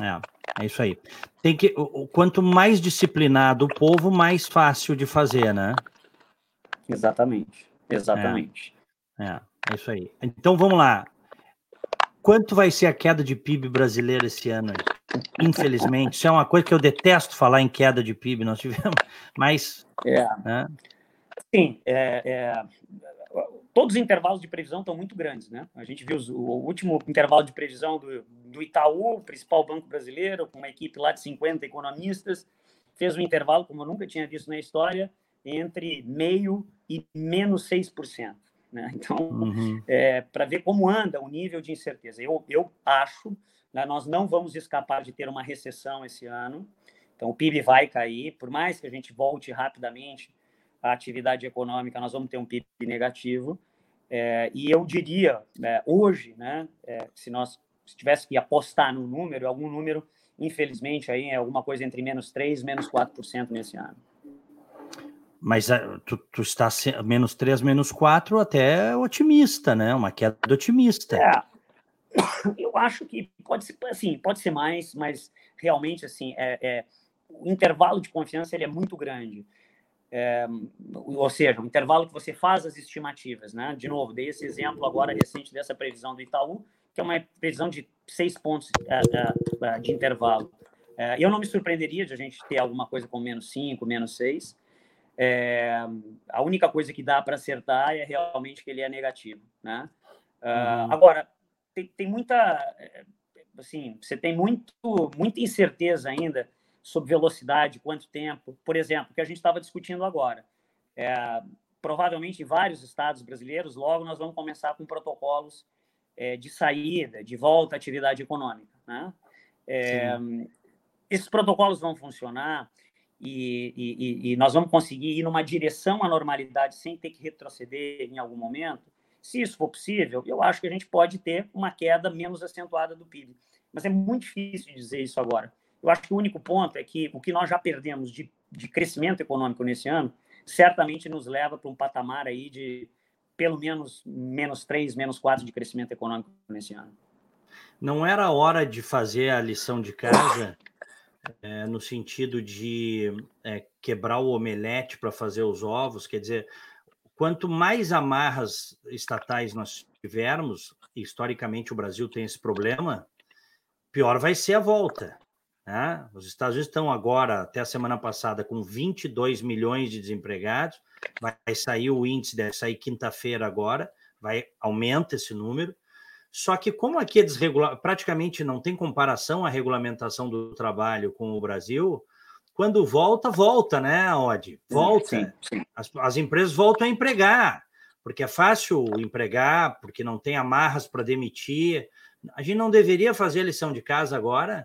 Speaker 1: É isso aí. Tem que, o, quanto mais disciplinado o povo, mais fácil de fazer, né?
Speaker 2: Exatamente, exatamente.
Speaker 1: É, é, é isso aí. Então, vamos lá. Quanto vai ser a queda de P I B brasileira esse ano? Infelizmente, isso é uma coisa que eu detesto falar em queda de P I B, nós tivemos, mas...
Speaker 2: É.
Speaker 1: Né?
Speaker 2: Sim, é, é, todos os intervalos de previsão estão muito grandes, né? A gente viu o último intervalo de previsão do, do Itaú, o principal banco brasileiro, com uma equipe lá de cinquenta economistas, fez um intervalo, como eu nunca tinha visto na história, entre meio e menos seis por cento. Né? Então, uhum. é, para ver como anda o nível de incerteza. Eu, eu acho, né, nós não vamos escapar de ter uma recessão esse ano, então o P I B vai cair, por mais que a gente volte rapidamente a atividade econômica, nós vamos ter um P I B negativo. É, e eu diria, é, hoje, né, é, se nós se tivesse que apostar no número, algum número, infelizmente, aí é alguma coisa entre menos três por cento e menos quatro por cento nesse ano.
Speaker 1: Mas tu, tu está menos três, menos quatro, até otimista, né? Uma queda otimista.
Speaker 2: É, eu acho que pode ser, assim, pode ser mais, mas realmente, assim, é, é, o intervalo de confiança ele é muito grande. É, ou seja, o intervalo que você faz as estimativas, né? De novo, dei esse exemplo agora recente dessa previsão do Itaú, que é uma previsão de seis pontos uh, uh, de intervalo. Uh, eu não me surpreenderia de a gente ter alguma coisa com menos cinco, menos seis. É, a única coisa que dá para acertar é realmente que ele é negativo, né? Uh, uhum. Agora, tem, tem muita... Assim, você tem muito, muita incerteza ainda sobre velocidade, quanto tempo. Por exemplo, o que a gente estava discutindo agora. É, provavelmente, em vários estados brasileiros, logo nós vamos começar com protocolos é, de saída, de volta à atividade econômica. Né? É, esses protocolos vão funcionar e, e, e nós vamos conseguir ir numa direção à normalidade sem ter que retroceder em algum momento. Se isso for possível, eu acho que a gente pode ter uma queda menos acentuada do P I B. Mas é muito difícil dizer isso agora. Eu acho que o único ponto é que o que nós já perdemos de, de crescimento econômico nesse ano certamente nos leva para um patamar aí de pelo menos menos três, menos quatro de crescimento econômico nesse ano.
Speaker 1: Não era hora de fazer a lição de casa é, no sentido de é, quebrar o omelete para fazer os ovos? Quer dizer, quanto mais amarras estatais nós tivermos, historicamente o Brasil tem esse problema, pior vai ser a volta. Né? Os Estados Unidos estão agora, até a semana passada, com vinte e dois milhões de desempregados, vai sair o índice, deve sair quinta-feira agora, vai, aumenta esse número, só que como aqui é desregular, praticamente não tem comparação a regulamentação do trabalho com o Brasil, quando volta, volta, né, Odi? Volta. Sim, sim. As, as empresas voltam a empregar, porque é fácil empregar, porque não tem amarras para demitir. A gente não deveria fazer a lição de casa agora?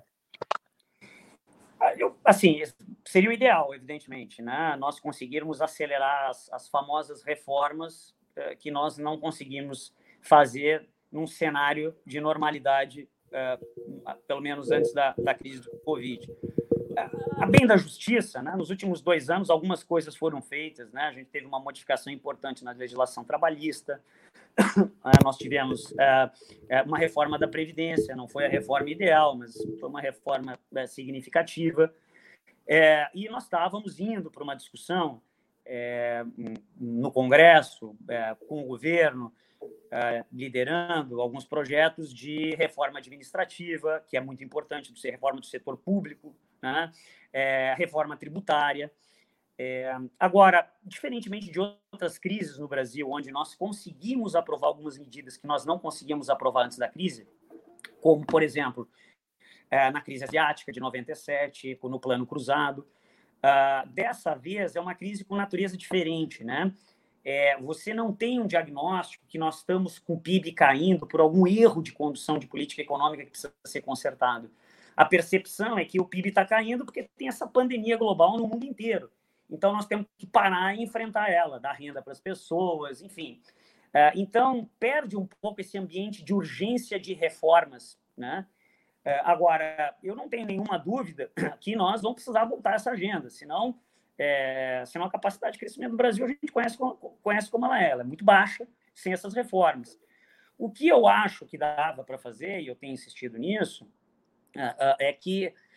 Speaker 2: Eu, assim, seria o ideal, evidentemente, né? Nós conseguirmos acelerar as, as famosas reformas uh, que nós não conseguimos fazer num cenário de normalidade, uh, pelo menos antes da, da crise do Covid. Uh, a bem da justiça, né? Nos últimos dois anos, algumas coisas foram feitas, né? A gente teve uma modificação importante na legislação trabalhista, nós tivemos uh, uma reforma da Previdência, não foi a reforma ideal, mas foi uma reforma uh, significativa. É, e nós estávamos indo para uma discussão é, no Congresso, é, com o governo, é, liderando alguns projetos de reforma administrativa, que é muito importante, de ser reforma do setor público, né? É, reforma tributária. É, agora, diferentemente de outras crises no Brasil, onde nós conseguimos aprovar algumas medidas que nós não conseguíamos aprovar antes da crise, como, por exemplo, é, na crise asiática de noventa e sete, no Plano Cruzado, uh, dessa vez é uma crise com natureza diferente, né? É, você não tem um diagnóstico que nós estamos com o P I B caindo por algum erro de condução de política econômica que precisa ser consertado. A percepção é que o P I B está caindo porque tem essa pandemia global no mundo inteiro. Então, nós temos que parar e enfrentar ela, dar renda para as pessoas, enfim. Então, perde um pouco esse ambiente de urgência de reformas, né? Agora, eu não tenho nenhuma dúvida que nós vamos precisar voltar essa agenda, senão, é, senão a capacidade de crescimento do Brasil a gente conhece, conhece como ela é, ela é muito baixa sem essas reformas. O que eu acho que dava para fazer, e eu tenho insistido nisso, é que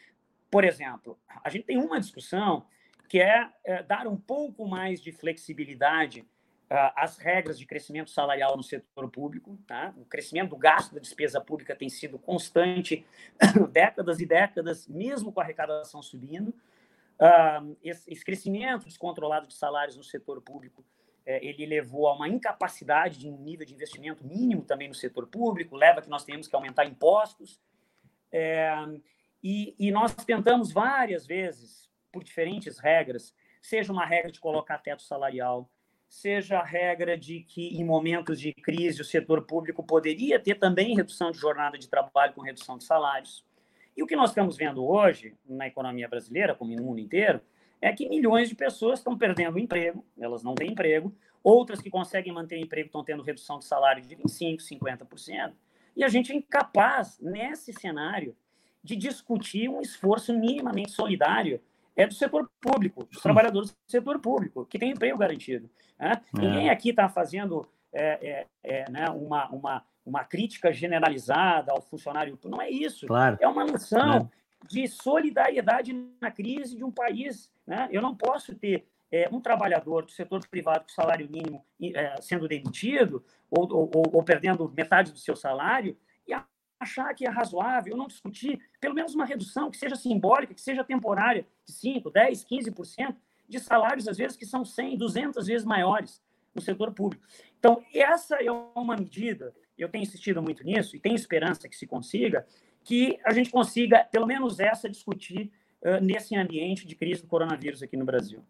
Speaker 2: por exemplo, a gente tem uma discussão que é, é dar um pouco mais de flexibilidade uh, às regras de crescimento salarial no setor público. Tá? O crescimento do gasto da despesa pública tem sido constante, décadas e décadas, mesmo com a arrecadação subindo. Uh, esse, esse crescimento descontrolado de salários no setor público, eh, ele levou a uma incapacidade de um nível de investimento mínimo também no setor público, leva a que nós tenhamos que aumentar impostos. É, e, e nós tentamos várias vezes, por diferentes regras, seja uma regra de colocar teto salarial, seja a regra de que, em momentos de crise, o setor público poderia ter também redução de jornada de trabalho com redução de salários. E o que nós estamos vendo hoje, na economia brasileira, como no mundo inteiro, é que milhões de pessoas estão perdendo o emprego, elas não têm emprego, outras que conseguem manter o emprego estão tendo redução de salário de vinte e cinco por cento, cinquenta por cento, e a gente é incapaz, nesse cenário, de discutir um esforço minimamente solidário é do setor público, dos trabalhadores do setor público, que tem emprego garantido. Né? É. Ninguém aqui está fazendo é, é, é, né, uma, uma, uma crítica generalizada ao funcionário. Não é isso.
Speaker 1: Claro.
Speaker 2: É uma noção é. de solidariedade na crise de um país. Né? Eu não posso ter é, um trabalhador do setor privado com salário mínimo é, sendo demitido ou, ou, ou perdendo metade do seu salário e achar que é razoável, não discutir pelo menos uma redução que seja simbólica, que seja temporária, de cinco, dez, quinze por cento de salários, às vezes, que são cem, duzentas vezes maiores no setor público. Então, essa é uma medida, eu tenho insistido muito nisso e tenho esperança que se consiga, que a gente consiga, pelo menos essa, discutir uh, nesse ambiente de crise do coronavírus aqui no Brasil.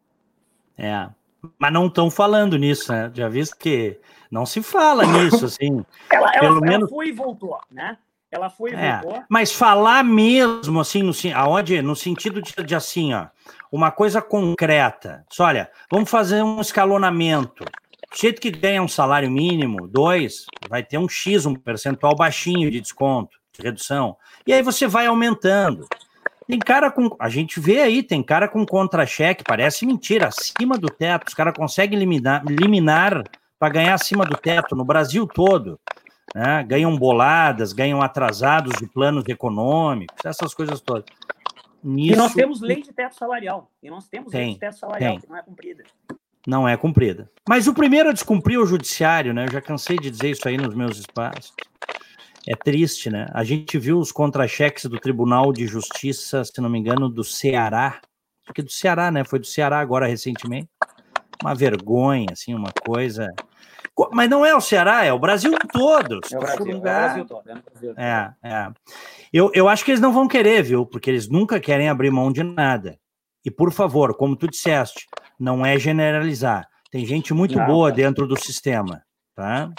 Speaker 1: É, mas não estão falando nisso, né? Já visto que não se fala nisso, assim.
Speaker 2: Ela, ela,
Speaker 1: pelo
Speaker 2: ela
Speaker 1: menos...
Speaker 2: foi e voltou, né? Ela foi e
Speaker 1: é,
Speaker 2: voltou.
Speaker 1: Mas falar mesmo, assim, no, aonde, no sentido de, de, assim, ó, uma coisa concreta. Só, olha, vamos fazer um escalonamento. Do jeito que ganha um salário mínimo, dois, vai ter um X, um percentual baixinho de desconto, de redução. E aí você vai aumentando. Tem cara com... A gente vê aí, tem cara com contra-cheque, parece mentira, acima do teto. Os caras conseguem liminar, liminar para ganhar acima do teto no Brasil todo. Né? Ganham boladas, ganham atrasados de planos econômicos, essas coisas todas.
Speaker 2: Nisso... E nós temos lei de teto salarial. E nós temos
Speaker 1: tem,
Speaker 2: lei de teto salarial,
Speaker 1: tem.
Speaker 2: que não é cumprida.
Speaker 1: Não é cumprida. Mas o primeiro a descumprir é o judiciário, né? Eu já cansei de dizer isso aí nos meus espaços. É triste, né? A gente viu os contra-cheques do Tribunal de Justiça, se não me engano, do Ceará. Acho que do Ceará, né? Foi do Ceará agora, recentemente. Uma vergonha, assim, uma coisa... Mas não é o Ceará, é o Brasil todo.
Speaker 2: É o Brasil, lugar... é o Brasil todo. É, o Brasil todo.
Speaker 1: é, é. Eu, eu acho que eles não vão querer, viu? Porque eles nunca querem abrir mão de nada. E, por favor, como tu disseste, não é generalizar. Tem gente muito não, boa tá. dentro do sistema, tá?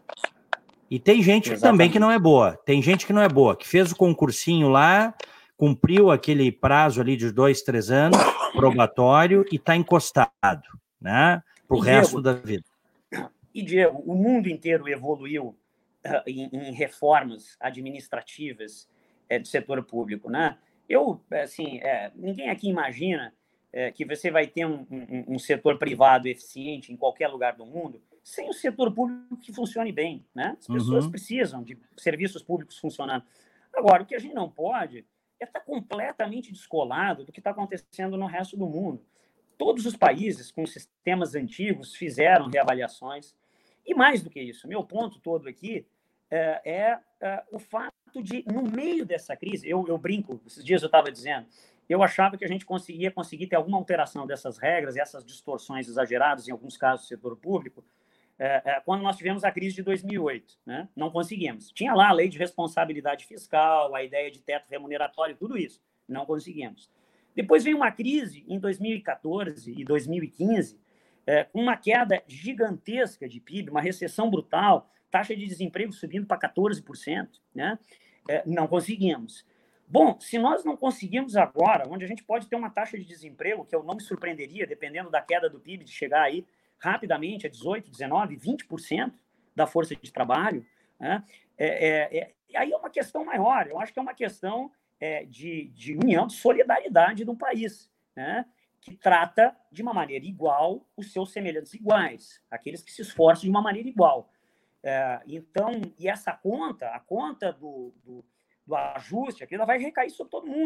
Speaker 1: E tem gente Exatamente. também que não é boa. Tem gente que não é boa, que fez o concursinho lá, cumpriu aquele prazo ali de dois, três anos, probatório, e está encostado, né? Pro e resto Diego, da vida.
Speaker 2: E, Diego, o mundo inteiro evoluiu uh, em, em reformas administrativas é, do setor público, né? Eu, assim, é, ninguém aqui imagina é, que você vai ter um, um, um setor privado eficiente em qualquer lugar do mundo sem o setor público que funcione bem, né? As pessoas uhum. precisam de serviços públicos funcionando. Agora, o que a gente não pode é estar completamente descolado do que está acontecendo no resto do mundo. Todos os países com sistemas antigos fizeram reavaliações. E mais do que isso, meu ponto todo aqui é, é, é o fato de, no meio dessa crise, eu, eu brinco, esses dias eu estava dizendo, eu achava que a gente conseguia conseguir ter alguma alteração dessas regras, essas distorções exageradas, em alguns casos do setor público, é, é, quando nós tivemos a crise de dois mil e oito. Né? Não conseguimos. Tinha lá a lei de responsabilidade fiscal, a ideia de teto remuneratório, tudo isso. Não conseguimos. Depois veio uma crise em dois mil e quatorze e dois mil e quinze, é, com uma queda gigantesca de P I B, uma recessão brutal, taxa de desemprego subindo para quatorze por cento. Né? É, não conseguimos. Bom, se nós não conseguimos agora, onde a gente pode ter uma taxa de desemprego, que eu não me surpreenderia, dependendo da queda do P I B, de chegar aí rapidamente a dezoito, dezenove, vinte por cento da força de trabalho, né? é, é, é, aí é uma questão maior. Eu acho que é uma questão é, de, de união, de solidariedade do país, né? Que trata de uma maneira igual os seus semelhantes iguais, aqueles que se esforçam de uma maneira igual. É, então, e essa conta, a conta do, do, do ajuste, aqui, ela vai recair sobre todo mundo.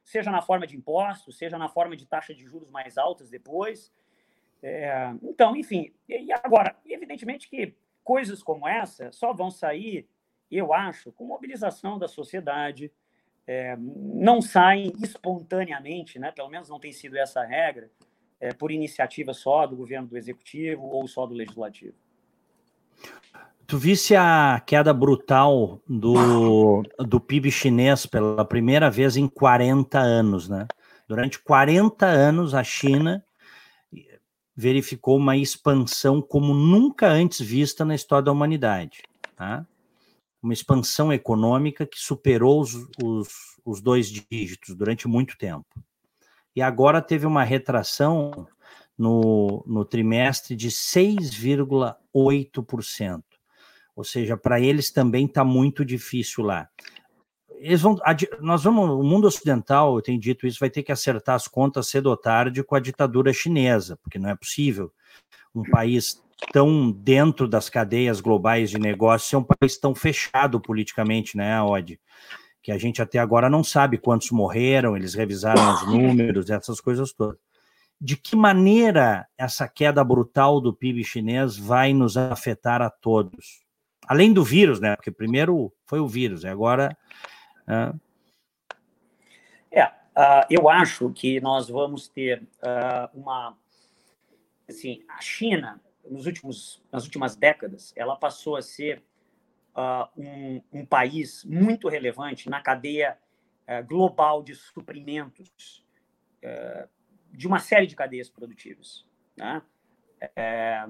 Speaker 2: seja na forma de impostos, seja na forma de taxa de juros mais altas depois. É, então, enfim, e agora, evidentemente que coisas como essa só vão sair, eu acho, com mobilização da sociedade, é, não saem espontaneamente, né? Pelo menos não tem sido essa a regra, é, por iniciativa só do governo do executivo ou só do legislativo.
Speaker 1: Tu visse a queda brutal do, do P I B chinês pela primeira vez em quarenta anos, né? Durante quarenta anos, a China verificou uma expansão como nunca antes vista na história da humanidade, tá? Uma expansão econômica que superou os, os, os dois dígitos durante muito tempo. E agora teve uma retração no, no trimestre de seis vírgula oito por cento. Ou seja, para eles também está muito difícil lá. Eles vão, nós vamos, o mundo ocidental, eu tenho dito isso, vai ter que acertar as contas cedo ou tarde com a ditadura chinesa, porque não é possível um país tão dentro das cadeias globais de negócios ser um país tão fechado politicamente, né, Oddi? Que a gente até agora não sabe quantos morreram, eles revisaram os números, essas coisas todas. De que maneira essa queda brutal do P I B chinês vai nos afetar a todos? Além do vírus, né? Porque primeiro foi o vírus, e agora... É,
Speaker 2: é uh, eu acho que nós vamos ter uh, uma... Assim, a China, nos últimos, nas últimas décadas, ela passou a ser uh, um, um país muito relevante na cadeia uh, global de suprimentos uh, de uma série de cadeias produtivas, né? É,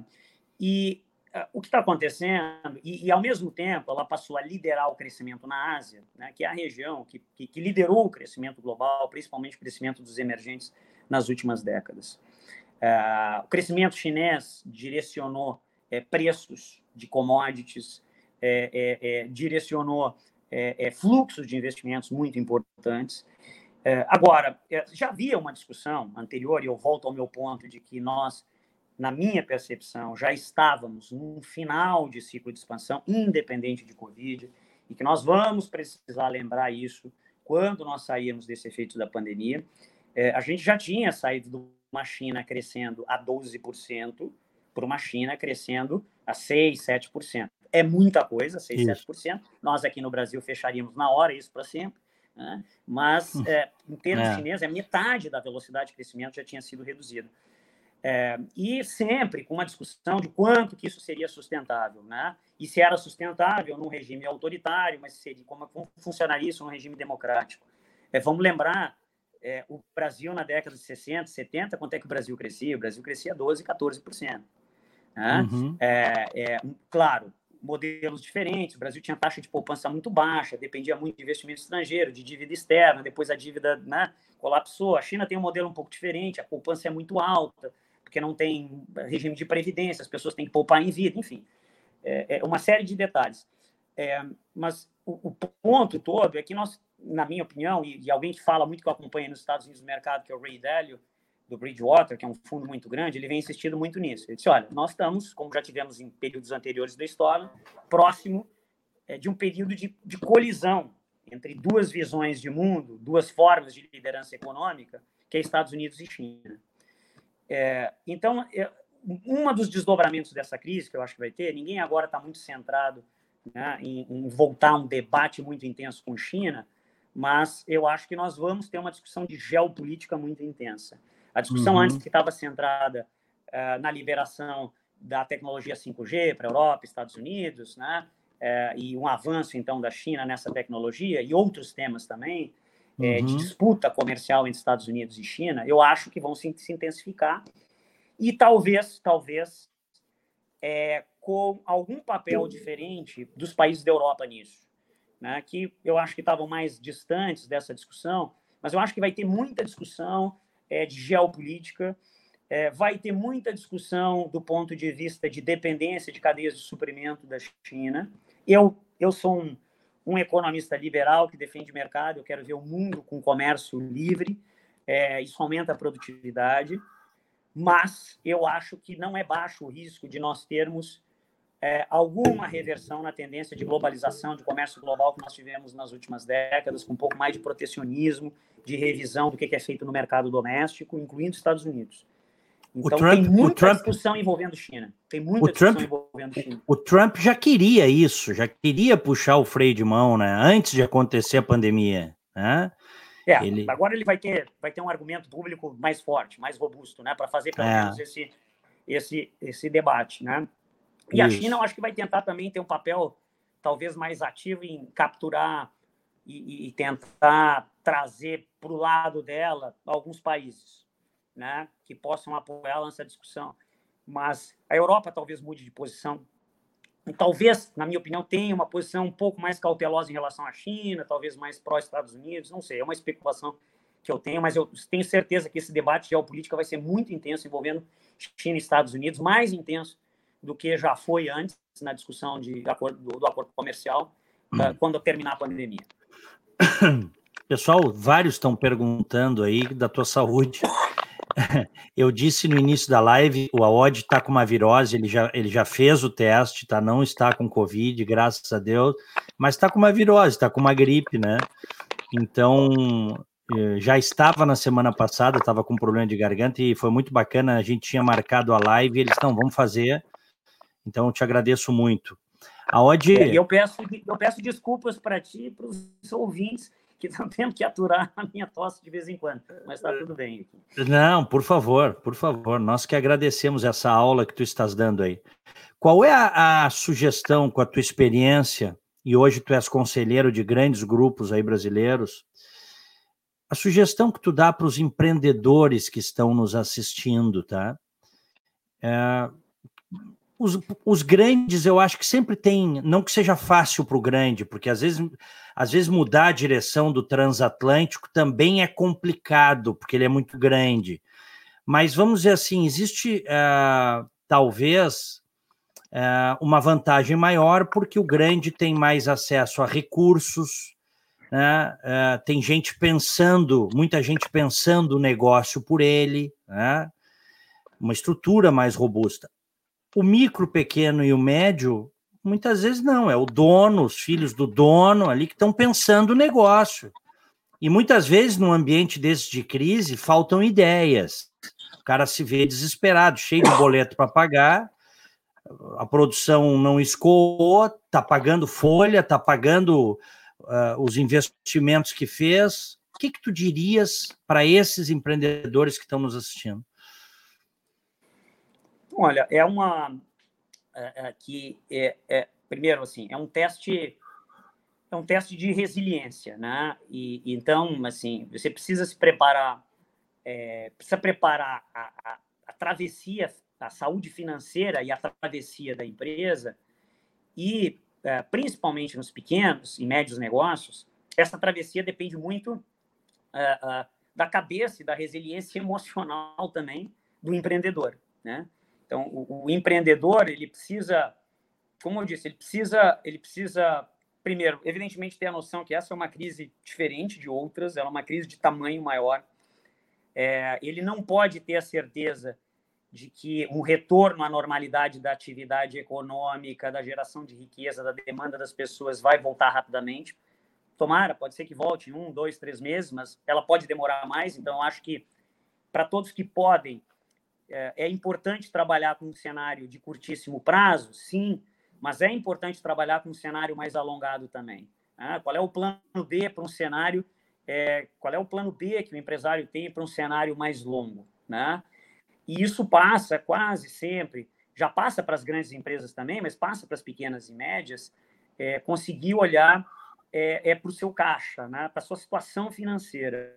Speaker 2: e uh, o que está acontecendo, e, e ao mesmo tempo ela passou a liderar o crescimento na Ásia, né, que é a região que, que, que liderou o crescimento global, principalmente o crescimento dos emergentes nas últimas décadas. Uh, o crescimento chinês direcionou é, preços de commodities, é, é, é, direcionou é, é, fluxos de investimentos muito importantes. É, agora, é, já havia uma discussão anterior, e eu volto ao meu ponto de que nós, na minha percepção, já estávamos num final de ciclo de expansão, independente de Covid, e que nós vamos precisar lembrar isso quando nós sairmos desse efeito da pandemia. É, a gente já tinha saído de uma China crescendo a doze por cento para uma China crescendo a seis por cento, sete por cento. É muita coisa, seis, sete por cento. Nós aqui no Brasil fecharíamos na hora isso para sempre, né? Mas, é, em termos é. chineses, é metade da velocidade de crescimento já tinha sido reduzida. É, e sempre com uma discussão de quanto que isso seria sustentável, né? E se era sustentável num regime autoritário, mas seria, como, como funcionaria isso num regime democrático. É, vamos lembrar, é, o Brasil na década de sessenta, setenta, quanto é que o Brasil crescia? O Brasil crescia doze, quatorze por cento. Né? Uhum. É, é, claro, modelos diferentes, o Brasil tinha taxa de poupança muito baixa, dependia muito de investimento estrangeiro, de dívida externa, depois a dívida, né, colapsou. A China tem um modelo um pouco diferente, a poupança é muito alta, porque não tem regime de previdência, as pessoas têm que poupar em vida, enfim, é, é uma série de detalhes. É, mas o, o ponto todo é que nós, na minha opinião, e, e alguém que fala muito que eu acompanho nos Estados Unidos no mercado, que é o Ray Dalio, do Bridgewater, que é um fundo muito grande, ele vem insistindo muito nisso. Ele disse, olha, nós estamos, como já tivemos em períodos anteriores da história, próximo é, de um período de, de colisão entre duas visões de mundo, duas formas de liderança econômica, que é Estados Unidos e China. É, então, é, um dos desdobramentos dessa crise que eu acho que vai ter, ninguém agora está muito centrado, né, em, em voltar a um debate muito intenso com China, mas eu acho que nós vamos ter uma discussão de geopolítica muito intensa. A discussão uhum. antes que estava centrada uh, na liberação da tecnologia cinco G para a Europa, Estados Unidos, né, uh, e um avanço, então, da China nessa tecnologia e outros temas também, uhum. uh, de disputa comercial entre Estados Unidos e China, eu acho que vão se, se intensificar e talvez, talvez, é, com algum papel diferente dos países da Europa nisso, né, que eu acho que estavam mais distantes dessa discussão, mas eu acho que vai ter muita discussão É, de geopolítica, é, vai ter muita discussão do ponto de vista de dependência de cadeias de suprimento da China. Eu, eu sou um, um economista liberal que defende mercado, eu quero ver o mundo com comércio livre, é, isso aumenta a produtividade, mas eu acho que não é baixo o risco de nós termos é, alguma reversão na tendência de globalização, de comércio global que nós tivemos nas últimas décadas, com um pouco mais de protecionismo, de revisão do que é feito no mercado doméstico, incluindo Estados Unidos. Então, Trump, tem muita Trump, discussão envolvendo China. Tem muita discussão
Speaker 1: Trump,
Speaker 2: envolvendo China.
Speaker 1: O Trump já queria isso, já queria puxar o freio de mão, né? Antes de acontecer a pandemia, né?
Speaker 2: É, ele... agora ele vai ter, vai ter um argumento público mais forte, mais robusto, né? Para fazer pelo é. menos esse, esse, esse debate, né? E isso. A China, eu acho que vai tentar também ter um papel talvez mais ativo em capturar e, e tentar trazer para o lado dela alguns países, né, que possam apoiá-la nessa discussão. Mas a Europa talvez mude de posição. E talvez, na minha opinião, tenha uma posição um pouco mais cautelosa em relação à China, talvez mais pró-Estados Unidos, não sei, é uma especulação que eu tenho, mas eu tenho certeza que esse debate geopolítico vai ser muito intenso, envolvendo China e Estados Unidos, mais intenso do que já foi antes na discussão de acordo, do, do acordo comercial, hum. uh, quando terminar a pandemia.
Speaker 1: Pessoal, vários estão perguntando aí da tua saúde. Eu disse no início da live, o Aod está com uma virose, ele já, ele já fez o teste, tá? Não está com Covid, graças a Deus, mas está com uma virose, está com uma gripe, né? Então, já estava na semana passada, estava com problema de garganta e foi muito bacana, a gente tinha marcado a live e eles, não, vamos fazer, então eu te agradeço muito. Aod...
Speaker 2: É, eu, peço, eu peço desculpas para ti e para os ouvintes, que estão tendo que aturar a minha tosse de vez em quando, mas está tudo bem aqui.
Speaker 1: Não, por favor, por favor, nós que agradecemos essa aula que tu estás dando aí. Qual é a, a sugestão com a tua experiência, e hoje tu és conselheiro de grandes grupos aí brasileiros, a sugestão que tu dá para os empreendedores que estão nos assistindo, tá? É, Os, os grandes, eu acho que sempre tem, não que seja fácil para o grande, porque às vezes, às vezes mudar a direção do transatlântico também é complicado, porque ele é muito grande. Mas vamos dizer assim, existe uh, talvez uh, uma vantagem maior, porque o grande tem mais acesso a recursos, né? Uh, tem gente pensando, muita gente pensando o negócio por ele, né? Uma estrutura mais robusta. O micro, pequeno e o médio, muitas vezes não, é o dono, os filhos do dono ali que estão pensando o negócio. E muitas vezes, num ambiente desse de crise, faltam ideias. O cara se vê desesperado, cheio de boleto para pagar, a produção não escoou, está pagando folha, está pagando uh, os investimentos que fez. O que, que tu dirias para esses empreendedores que estão nos assistindo?
Speaker 2: Olha, é uma é, é, que é, é primeiro assim é um teste é um teste de resiliência, né? E então assim você precisa se preparar, é, precisa preparar a, a, a travessia, a saúde financeira e a travessia da empresa e é, principalmente nos pequenos e médios negócios, essa travessia depende muito é, é, da cabeça e da resiliência emocional também do empreendedor, né? Então, o, o empreendedor, ele precisa, como eu disse, ele precisa, ele precisa, primeiro, evidentemente, ter a noção que essa é uma crise diferente de outras, ela é uma crise de tamanho maior. É, ele não pode ter a certeza de que um retorno à normalidade da atividade econômica, da geração de riqueza, da demanda das pessoas vai voltar rapidamente. Tomara, pode ser que volte em um, dois, três meses, mas ela pode demorar mais. Então, eu acho que, para todos que podem, é importante trabalhar com um cenário de curtíssimo prazo, sim, mas é importante trabalhar com um cenário mais alongado também. Né? Qual é o plano B para um cenário, é, qual é o plano B que o empresário tem para um cenário mais longo? Né? E isso passa quase sempre, já passa para as grandes empresas também, mas passa para as pequenas e médias, é, conseguir olhar é, é para o seu caixa, né? Para a sua situação financeira.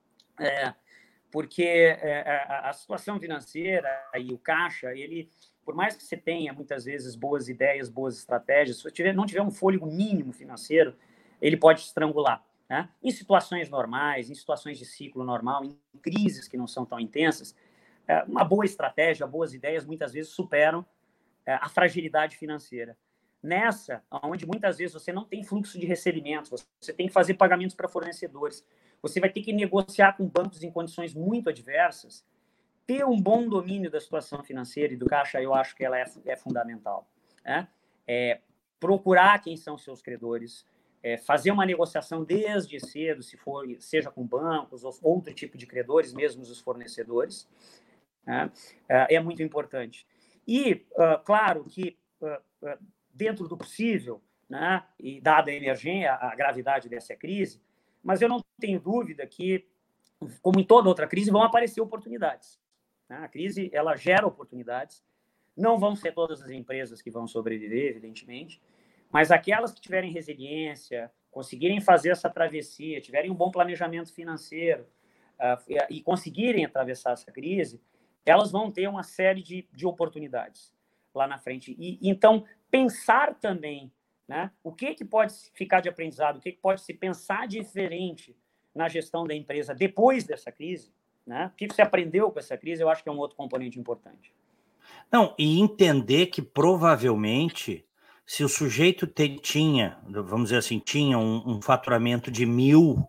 Speaker 2: É, porque é, a, a situação financeira e o caixa, ele, por mais que você tenha muitas vezes boas ideias, boas estratégias, se você tiver, não tiver um fôlego mínimo financeiro, ele pode estrangular. Né? Em situações normais, em situações de ciclo normal, em crises que não são tão intensas, é, uma boa estratégia, boas ideias muitas vezes superam é, a fragilidade financeira. Nessa, onde muitas vezes você não tem fluxo de recebimentos, você tem que fazer pagamentos para fornecedores, você vai ter que negociar com bancos em condições muito adversas, ter um bom domínio da situação financeira e do caixa, eu acho que ela é, é fundamental. né? É, procurar quem são seus credores, é, fazer uma negociação desde cedo, se for, seja com bancos ou outro tipo de credores, mesmo os fornecedores, né? É, é muito importante. E, uh, claro que, uh, uh, dentro do possível, né, e dada a emergência, a gravidade dessa crise, mas eu não tenho dúvida que, como em toda outra crise, vão aparecer oportunidades, né? A crise, ela gera oportunidades. Não vão ser todas as empresas que vão sobreviver, evidentemente, mas aquelas que tiverem resiliência, conseguirem fazer essa travessia, tiverem um bom planejamento financeiro uh, e conseguirem atravessar essa crise, elas vão ter uma série de, de oportunidades lá na frente. E, então, pensar também, né, o que, que pode ficar de aprendizado, o que, que pode se pensar diferente na gestão da empresa depois dessa crise, né? O que você aprendeu com essa crise, eu acho que é um outro componente importante.
Speaker 1: Não, e entender que provavelmente, se o sujeito te, tinha, vamos dizer assim, tinha um, um faturamento de mil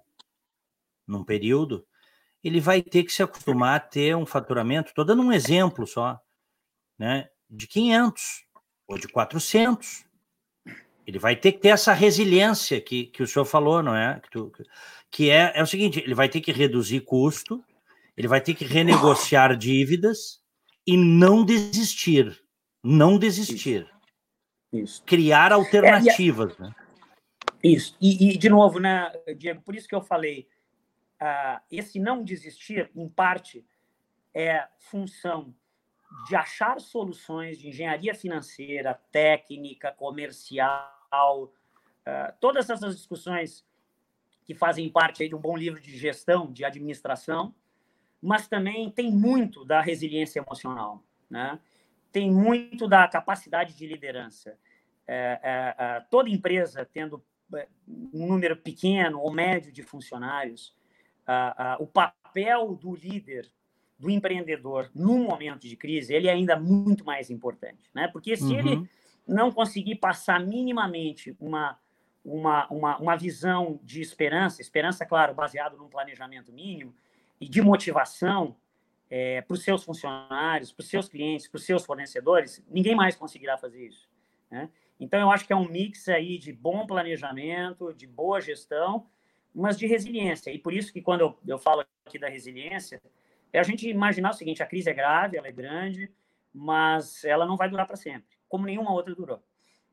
Speaker 1: num período, ele vai ter que se acostumar a ter um faturamento, estou dando um exemplo só, né, de quinhentos ou de quatrocentos. Ele vai ter que ter essa resiliência que, que o senhor falou, não é? Que, tu, que é, é o seguinte, ele vai ter que reduzir custo, ele vai ter que renegociar dívidas e não desistir. Não desistir.
Speaker 2: Isso. Isso.
Speaker 1: Criar alternativas. É,
Speaker 2: e, né? Isso. E, e, de novo, né, Diego, por isso que eu falei, uh, esse não desistir, em parte, é função de achar soluções de engenharia financeira, técnica, comercial, uh, todas essas discussões que fazem parte aí de um bom livro de gestão, de administração, mas também tem muito da resiliência emocional, né? Tem muito da capacidade de liderança. É, é, é, toda empresa tendo um número pequeno ou médio de funcionários, a, a, o papel do líder, do empreendedor, num momento de crise, ele é ainda muito mais importante, né? Porque se uhum. ele não conseguir passar minimamente uma, uma, uma, uma visão de esperança, esperança, claro, baseado num planejamento mínimo, e de motivação é, para os seus funcionários, para os seus clientes, para os seus fornecedores, ninguém mais conseguirá fazer isso, né? Então, eu acho que é um mix aí de bom planejamento, de boa gestão, mas de resiliência. E por isso que quando eu, eu falo aqui da resiliência, é a gente imaginar o seguinte, a crise é grave, ela é grande, mas ela não vai durar para sempre, como nenhuma outra durou.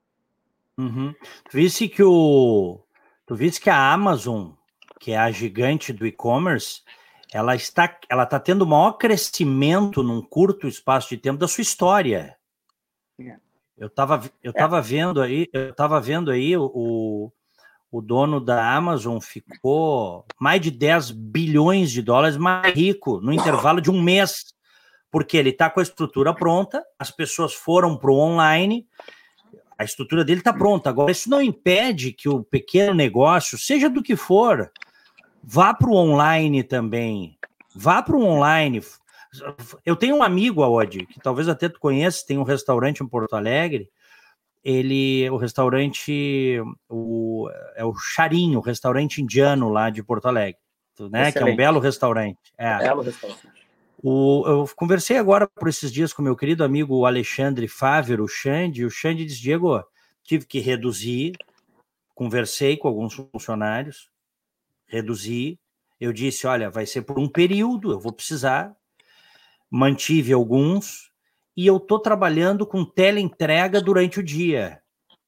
Speaker 1: Uhum. Tu viste que o... Tu viste que a Amazon, que é a gigante do e-commerce, ela está, ela está tendo o maior crescimento num curto espaço de tempo da sua história. É. Eu estava eu tava é. vendo aí, eu tava vendo aí o, o dono da Amazon ficou mais de dez bilhões de dólares mais rico no intervalo de um mês, porque ele está com a estrutura pronta, as pessoas foram para o online, a estrutura dele está pronta. Agora, isso não impede que o pequeno negócio, seja do que for, vá para o online também. Vá para o online. Eu tenho um amigo, Aodi, que talvez até tu conheça, tem um restaurante em Porto Alegre. Ele, o restaurante, o, é o Charinho, o restaurante indiano lá de Porto Alegre, né? Que é um belo restaurante. É.
Speaker 2: Belo restaurante.
Speaker 1: O, eu conversei agora por esses dias com meu querido amigo Alexandre Fávero, o Xande, e o Xande disse, Diego, tive que reduzir, conversei com alguns funcionários, reduzi, eu disse, olha, vai ser por um período, eu vou precisar, mantive alguns, e eu estou trabalhando com teleentrega durante o dia.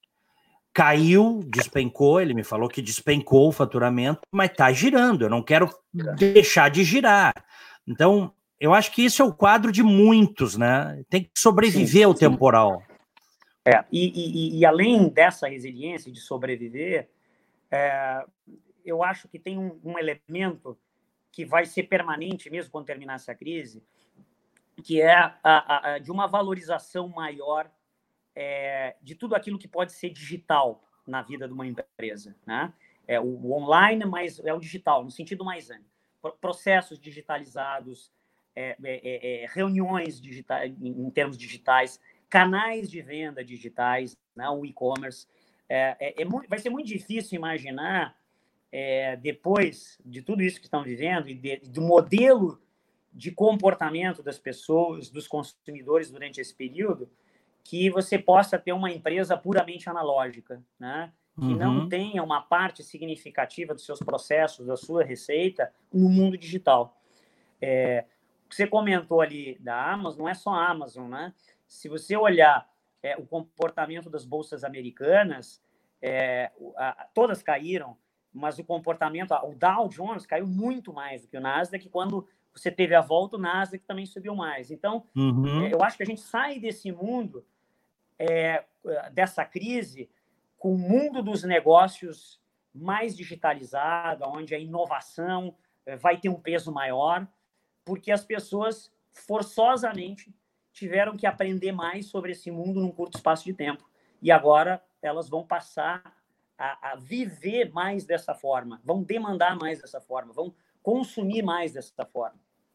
Speaker 1: Caiu, despencou, ele me falou que despencou o faturamento, mas está girando, eu não quero deixar de girar. Então, eu acho que isso é o quadro de muitos, né? Tem que sobreviver sim, ao sim. temporal.
Speaker 2: É, e, e, e além dessa resiliência de sobreviver, é, eu acho que tem um, um elemento que vai ser permanente mesmo quando terminar essa crise, que é a, a, a, de uma valorização maior é, de tudo aquilo que pode ser digital na vida de uma empresa, né? É o, o online, mas é o digital, no sentido mais amplo. Processos digitalizados, é, é, é, reuniões digitais, em, em termos digitais, canais de venda digitais, né? O e-commerce. É, é, é muito, vai ser muito difícil imaginar, é, depois de tudo isso que estão vivendo, e de, do modelo de comportamento das pessoas, dos consumidores durante esse período, que você possa ter uma empresa puramente analógica, né? Que
Speaker 1: Uhum.
Speaker 2: não tenha uma parte significativa dos seus processos, da sua receita, no mundo digital. É, você comentou ali da Amazon, não é só a Amazon, né? Se você olhar é, o comportamento das bolsas americanas, é, a, todas caíram, mas o comportamento, o Dow Jones caiu muito mais do que o Nasdaq, quando você teve a volta, o Nasdaq também subiu mais. Então,
Speaker 1: Uhum.
Speaker 2: é, eu acho que a gente sai desse mundo, é, dessa crise, com o mundo dos negócios mais digitalizado, onde a inovação é, vai ter um peso maior, porque as pessoas forçosamente tiveram que aprender mais sobre esse mundo num curto espaço de tempo. E agora elas vão passar a, a viver mais dessa forma, vão demandar mais dessa forma, vão consumir mais dessa forma.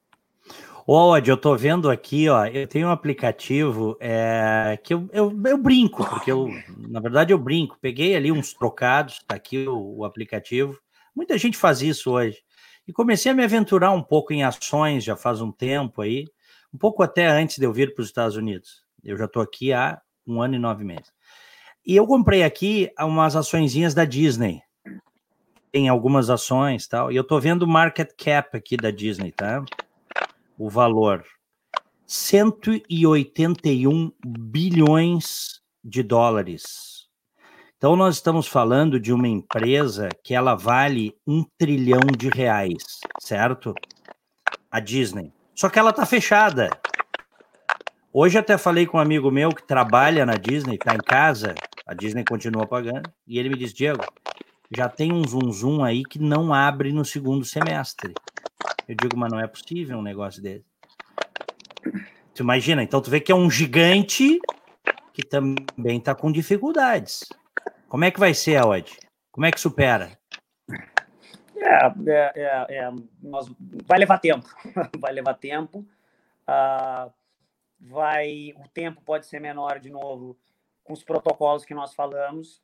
Speaker 1: Odd, eu tô vendo aqui, ó, eu tenho um aplicativo é, que eu, eu, eu brinco, porque eu, na verdade, eu brinco. Peguei ali uns trocados, tá aqui o, o aplicativo. Muita gente faz isso hoje. E comecei a me aventurar um pouco em ações, já faz um tempo aí, um pouco até antes de eu vir para os Estados Unidos. Eu já tô aqui há um ano e nove meses. E eu comprei aqui umas açõezinhas da Disney. Tem algumas ações e tal, e eu tô vendo o market cap aqui da Disney, tá? O valor, cento e oitenta e um bilhões de dólares. Então, nós estamos falando de uma empresa que ela vale um trilhão de reais, certo? A Disney. Só que ela está fechada. Hoje até falei com um amigo meu que trabalha na Disney, está em casa, a Disney continua pagando, e ele me disse, Diego, já tem um zoom zoom aí que não abre no segundo semestre. Eu digo, mas não é possível um negócio desse. Tu imagina, então tu vê que é um gigante que também está com dificuldades. Como é que vai ser, Odd? Como é que supera?
Speaker 2: É, é, é, é nós, vai levar tempo, vai levar tempo. Ah, vai, o tempo pode ser menor de novo com os protocolos que nós falamos.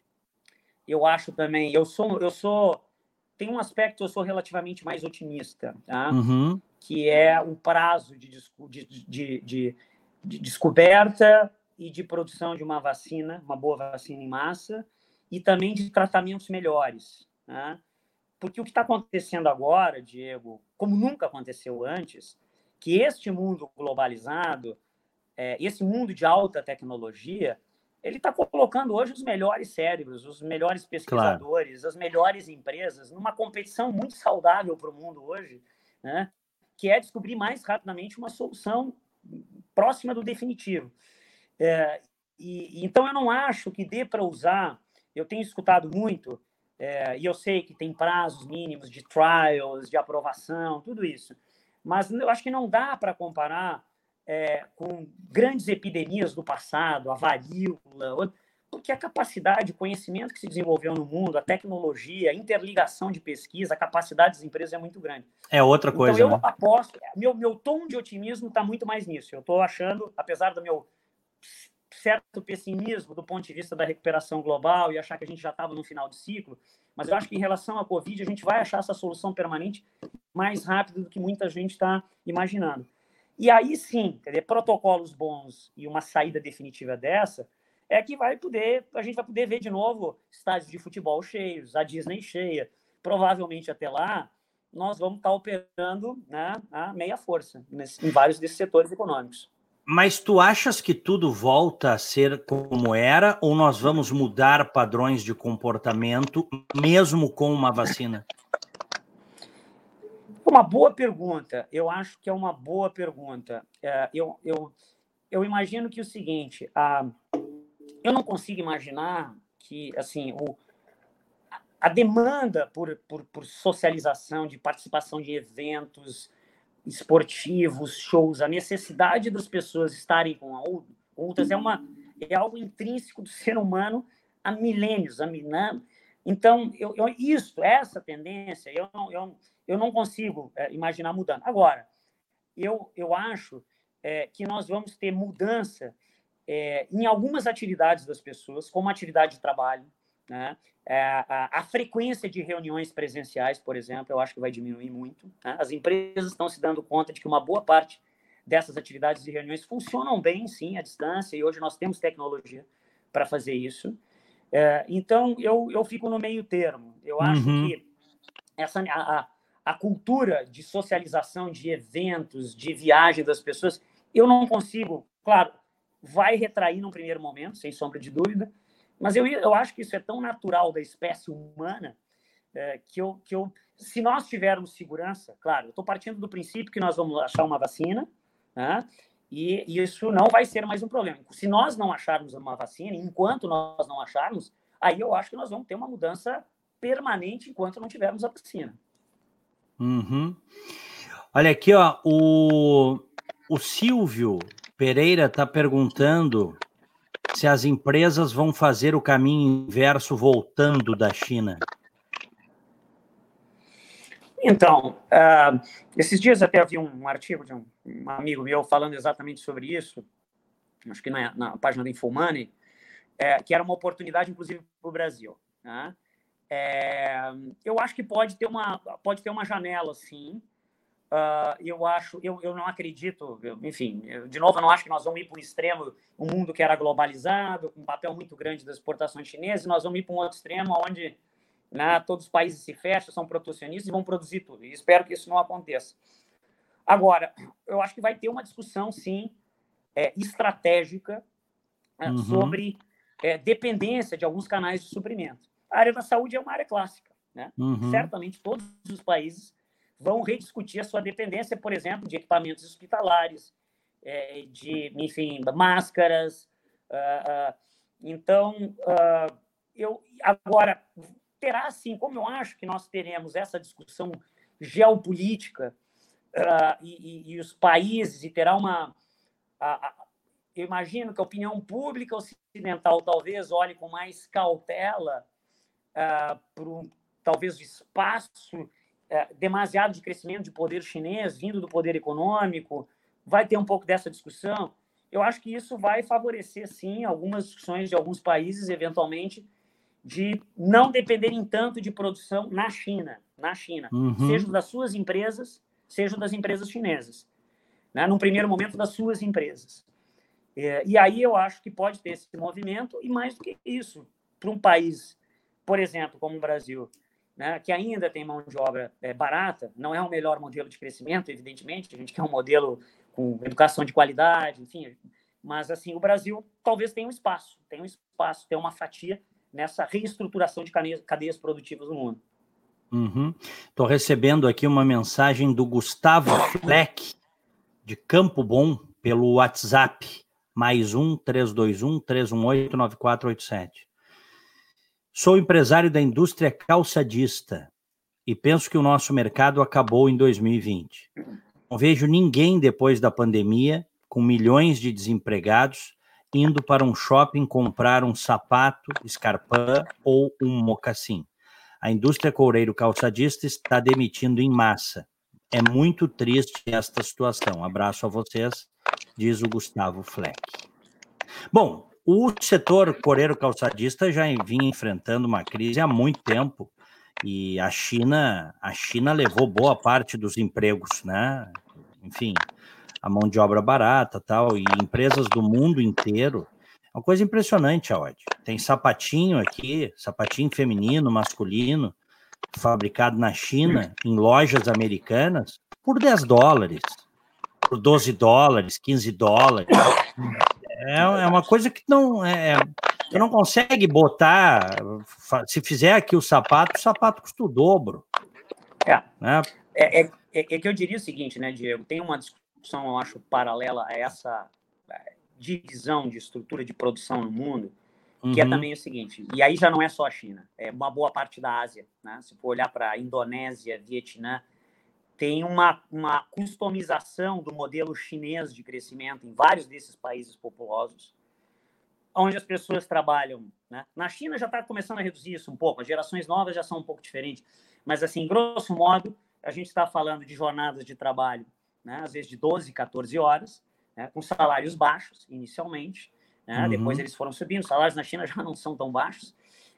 Speaker 2: Eu acho também, eu sou, eu sou, tem um aspecto eu sou relativamente mais otimista, tá?
Speaker 1: Uhum.
Speaker 2: Que é o prazo de, de, de, de, de descoberta e de produção de uma vacina, uma boa vacina em massa, e também de tratamentos melhores, né? Porque o que está acontecendo agora, Diego, como nunca aconteceu antes, que este mundo globalizado, é, esse mundo de alta tecnologia, ele está colocando hoje os melhores cérebros, os melhores pesquisadores, claro, as melhores empresas numa competição muito saudável para o mundo hoje, né? Que é descobrir mais rapidamente uma solução próxima do definitivo. É, e, então, eu não acho que dê para usar, eu tenho escutado muito, é, e eu sei que tem prazos mínimos de trials, de aprovação, tudo isso, mas eu acho que não dá para comparar é, com grandes epidemias do passado, a varíola, porque a capacidade, o conhecimento que se desenvolveu no mundo, a tecnologia, a interligação de pesquisa, a capacidade das empresas é muito grande.
Speaker 1: É outra coisa,
Speaker 2: então, eu
Speaker 1: né?
Speaker 2: aposto, meu, meu tom de otimismo está muito mais nisso. Eu estou achando, apesar do meu certo pessimismo do ponto de vista da recuperação global e achar que a gente já estava no final de ciclo, mas eu acho que em relação à Covid, a gente vai achar essa solução permanente mais rápido do que muita gente está imaginando. E aí sim, quer dizer, protocolos bons e uma saída definitiva dessa é que vai poder, a gente vai poder ver de novo estádios de futebol cheios, a Disney cheia. Provavelmente até lá nós vamos estar operando, né, a meia força nesse, em vários desses setores econômicos.
Speaker 1: Mas tu achas que tudo volta a ser como era ou nós vamos mudar padrões de comportamento mesmo com uma vacina?
Speaker 2: Uma boa pergunta. Eu acho que é uma boa pergunta. É, eu, eu, eu imagino que o seguinte, a, eu não consigo imaginar que assim, o, a demanda por, por, por socialização, de participação de eventos esportivos, shows, a necessidade das pessoas estarem com outras é, uma, é algo intrínseco do ser humano há milênios. Há, né? Então, eu, eu, isso, essa tendência, eu não, eu, eu não consigo é, imaginar mudando. Agora, eu, eu acho é, que nós vamos ter mudança é, em algumas atividades das pessoas, como atividade de trabalho, né? É, a, a frequência de reuniões presenciais, por exemplo, eu acho que vai diminuir muito. Né? As empresas estão se dando conta de que uma boa parte dessas atividades e reuniões funcionam bem, sim, à distância, e hoje nós temos tecnologia para fazer isso. É, então, eu, eu fico no meio termo. Eu acho
Speaker 1: Uhum.
Speaker 2: que essa, a, a cultura de socialização, de eventos, de viagem das pessoas, eu não consigo, claro, vai retrair num primeiro momento, sem sombra de dúvida, mas eu, eu acho que isso é tão natural da espécie humana é, que, eu, que eu, se nós tivermos segurança, claro, eu estou partindo do princípio que nós vamos achar uma vacina, né, e, e isso não vai ser mais um problema. Se nós não acharmos uma vacina, enquanto nós não acharmos, aí eu acho que nós vamos ter uma mudança permanente enquanto não tivermos a vacina.
Speaker 1: Uhum. Olha aqui, ó, o, o Silvio Pereira está perguntando se as empresas vão fazer o caminho inverso voltando da China.
Speaker 2: Então, uh, esses dias até vi um, um artigo de um, um amigo meu falando exatamente sobre isso, acho que na, na página da Infomoney, é, que era uma oportunidade, inclusive, para o Brasil. Né? É, eu acho que pode ter uma, pode ter uma janela, sim. Uh, eu acho, eu, eu não acredito, eu, enfim, eu, de novo, eu não acho que nós vamos ir para um extremo, um mundo que era globalizado, com um papel muito grande das exportações chinesas, e nós vamos ir para um outro extremo, onde né, todos os países se fecham, são protecionistas e vão produzir tudo. E espero que isso não aconteça. Agora, eu acho que vai ter uma discussão, sim, é, estratégica é, uhum. sobre é, dependência de alguns canais de suprimento. A área da saúde é uma área clássica. Né? Uhum. Certamente todos os países vão rediscutir a sua dependência, por exemplo, de equipamentos hospitalares, é, de, enfim, máscaras. Uh, uh, então, uh, eu agora terá, sim, como eu acho que nós teremos essa discussão geopolítica uh, e, e, e os países, e terá uma... A, a, eu imagino que a opinião pública ocidental talvez olhe com mais cautela uh, para um, talvez, espaço uh, demasiado de crescimento de poder chinês, vindo do poder econômico, vai ter um pouco dessa discussão. Eu acho que isso vai favorecer, sim, algumas discussões de alguns países, eventualmente, de não dependerem tanto de produção na China, na China, uhum. seja das suas empresas, seja das empresas chinesas, né? Num primeiro momento, das suas empresas. É, e aí eu acho que pode ter esse movimento, e mais do que isso, para um país, por exemplo, como o Brasil, né, que ainda tem mão de obra é, barata, não é o melhor modelo de crescimento, evidentemente, a gente quer um modelo com educação de qualidade, enfim, mas assim, o Brasil talvez tenha um espaço, tenha um espaço, tenha uma fatia nessa reestruturação de cadeias produtivas no mundo.
Speaker 1: Estou uhum. recebendo aqui uma mensagem do Gustavo Fleck, de Campo Bom, pelo WhatsApp, mais um, três dois um, três um oito, nove quatro oito sete. Sou empresário da indústria calçadista e penso que o nosso mercado acabou em dois mil e vinte. Não vejo ninguém depois da pandemia, com milhões de desempregados, indo para um shopping comprar um sapato, escarpã ou um mocassim. A indústria coureiro calçadista está demitindo em massa. É muito triste esta situação. Abraço a vocês, diz o Gustavo Fleck. Bom, o setor coureiro calçadista já vinha enfrentando uma crise há muito tempo e a China, a China levou boa parte dos empregos, né? Enfim, a mão de obra barata, tal, e empresas do mundo inteiro. É uma coisa impressionante, Aod. Tem sapatinho aqui, sapatinho feminino, masculino, fabricado na China, em lojas americanas, por dez dólares, por doze dólares, quinze dólares. É, é uma coisa que não... É, tu não consegue botar... Se fizer aqui o sapato, o sapato custa o dobro.
Speaker 2: É, né? é, é, é que eu diria o seguinte, né, Diego? Tem uma discussão, eu acho, paralela a essa divisão de estrutura de produção no mundo, que uhum. é também o seguinte, e aí já não é só a China, é uma boa parte da Ásia, né? Se for olhar para a Indonésia, Vietnã, tem uma, uma customização do modelo chinês de crescimento em vários desses países populosos, onde as pessoas trabalham, né? Na China já está começando a reduzir isso um pouco, as gerações novas já são um pouco diferentes, mas, assim, grosso modo, a gente está falando de jornadas de trabalho, né? Às vezes de doze, quatorze horas, né? Com salários baixos, inicialmente, né? Uhum. Depois eles foram subindo, os salários na China já não são tão baixos,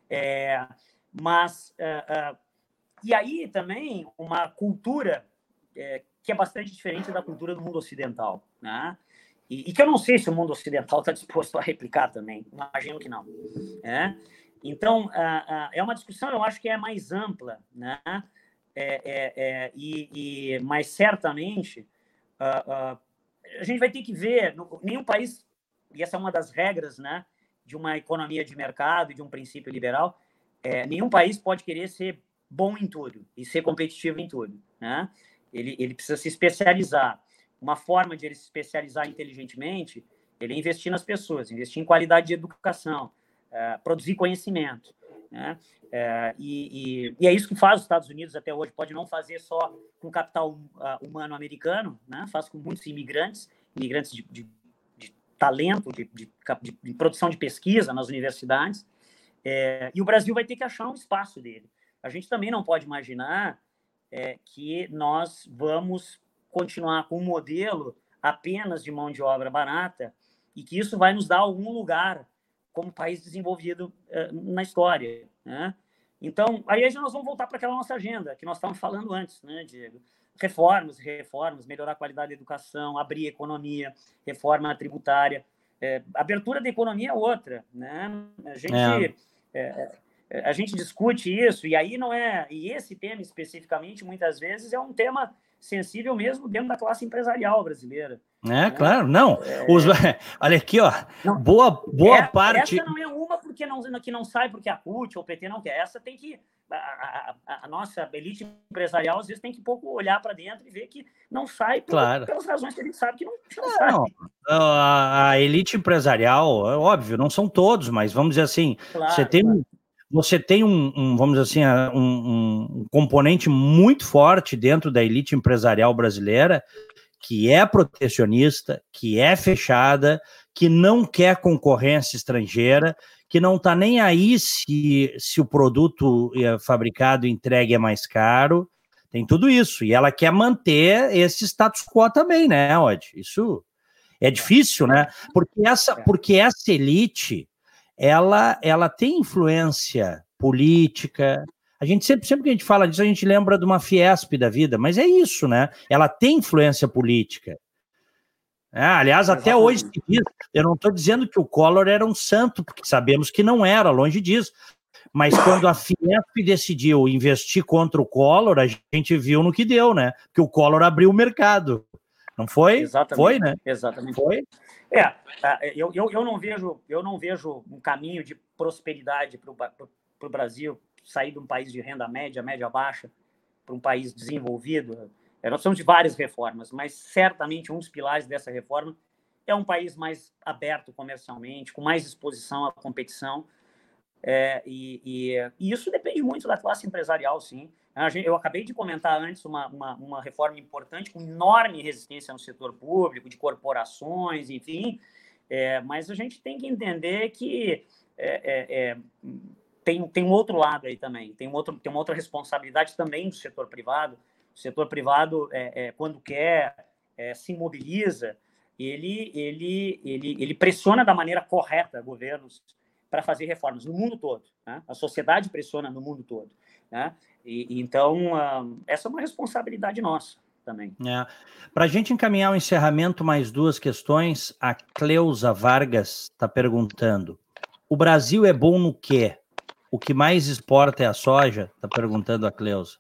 Speaker 2: é, mas... Uh, uh, e aí também uma cultura é, que é bastante diferente da cultura do mundo ocidental, né? E, e que eu não sei se o mundo ocidental está disposto a replicar também, imagino que não. Né? Então, uh, uh, é uma discussão, eu acho que é mais ampla, né? É, é, é, e, e, mas certamente uh, uh, a gente vai ter que ver, no, nenhum país, e essa é uma das regras, né, de uma economia de mercado, de um princípio liberal, é, nenhum país pode querer ser bom em tudo e ser competitivo em tudo, né? Ele, ele precisa se especializar. Uma forma de ele se especializar inteligentemente, ele é investir nas pessoas, investir em qualidade de educação, é, produzir conhecimento, né? É, e, e, e é isso que faz os Estados Unidos até hoje. Pode não fazer só com capital uh, humano americano, né? Faz com muitos imigrantes, imigrantes de, de, de talento, de, de, de, de produção de pesquisa nas universidades. É, e o Brasil vai ter que achar um espaço dele. A gente também não pode imaginar é, que nós vamos continuar com um modelo apenas de mão de obra barata e que isso vai nos dar algum lugar como país desenvolvido uh, na história, né? Então, aí nós vamos voltar para aquela nossa agenda que nós estávamos falando antes, né, Diego? Reformas, reformas, melhorar a qualidade da educação, abrir a economia, reforma tributária. É, abertura da economia é outra, né? A gente, é. É, a gente discute isso, e aí não é... E esse tema, especificamente, muitas vezes, é um tema sensível mesmo dentro da classe empresarial brasileira.
Speaker 1: É, né? Claro, não. É... Os... Olha aqui, ó. Não, boa, boa
Speaker 2: é,
Speaker 1: parte.
Speaker 2: Essa não é uma porque não, que não sai porque a C U T ou o P T não quer. Essa tem que. A, a, a nossa elite empresarial, às vezes, tem que pouco olhar para dentro e ver que não sai por,
Speaker 1: claro.
Speaker 2: pelas razões que a gente sabe que não, que não, não
Speaker 1: sai. A, a elite empresarial, é óbvio, não são todos, mas vamos dizer assim, claro, você tem. Claro. Você tem um, um, vamos dizer assim, um, um componente muito forte dentro da elite empresarial brasileira, que é protecionista, que é fechada, que não quer concorrência estrangeira, que não está nem aí se, se o produto fabricado e entregue é mais caro, tem tudo isso. E ela quer manter esse status quo também, né, Odd? Isso é difícil, né? Porque essa, porque essa elite... Ela, ela tem influência política. A gente sempre, sempre que a gente fala disso, a gente lembra de uma Fiesp da vida, mas é isso, né? Ela tem influência política. É, aliás, até hoje se diz, eu não estou dizendo que o Collor era um santo, porque sabemos que não era, longe disso. Mas quando a Fiesp decidiu investir contra o Collor, a gente viu no que deu, né? Que o Collor abriu o mercado. Não foi?
Speaker 2: Exatamente.
Speaker 1: Foi, né?
Speaker 2: Exatamente.
Speaker 1: Foi.
Speaker 2: É, eu, eu, eu, não vejo, eu não vejo um caminho de prosperidade para o Brasil, sair de um país de renda média, média baixa, para um país desenvolvido. Nós precisamos de várias reformas, mas certamente um dos pilares dessa reforma é um país mais aberto comercialmente, com mais exposição à competição. É, e, e, e isso depende muito da classe empresarial, sim. Eu acabei de comentar antes uma, uma, uma reforma importante, com enorme resistência no setor público, de corporações, enfim, é, mas a gente tem que entender que é, é, é, tem, tem um outro lado aí também, tem, um outro, tem uma outra responsabilidade também do setor privado. O setor privado, é, é, quando quer, é, se mobiliza, ele, ele, ele, ele pressiona da maneira correta governos para fazer reformas no mundo todo, né? A sociedade pressiona no mundo todo, né? E, então, uh, essa é uma responsabilidade nossa também.
Speaker 1: É. Para a gente encaminhar o encerramento, mais duas questões. A Cleusa Vargas está perguntando: o Brasil é bom no quê? O que mais exporta é a soja? Está perguntando a Cleusa.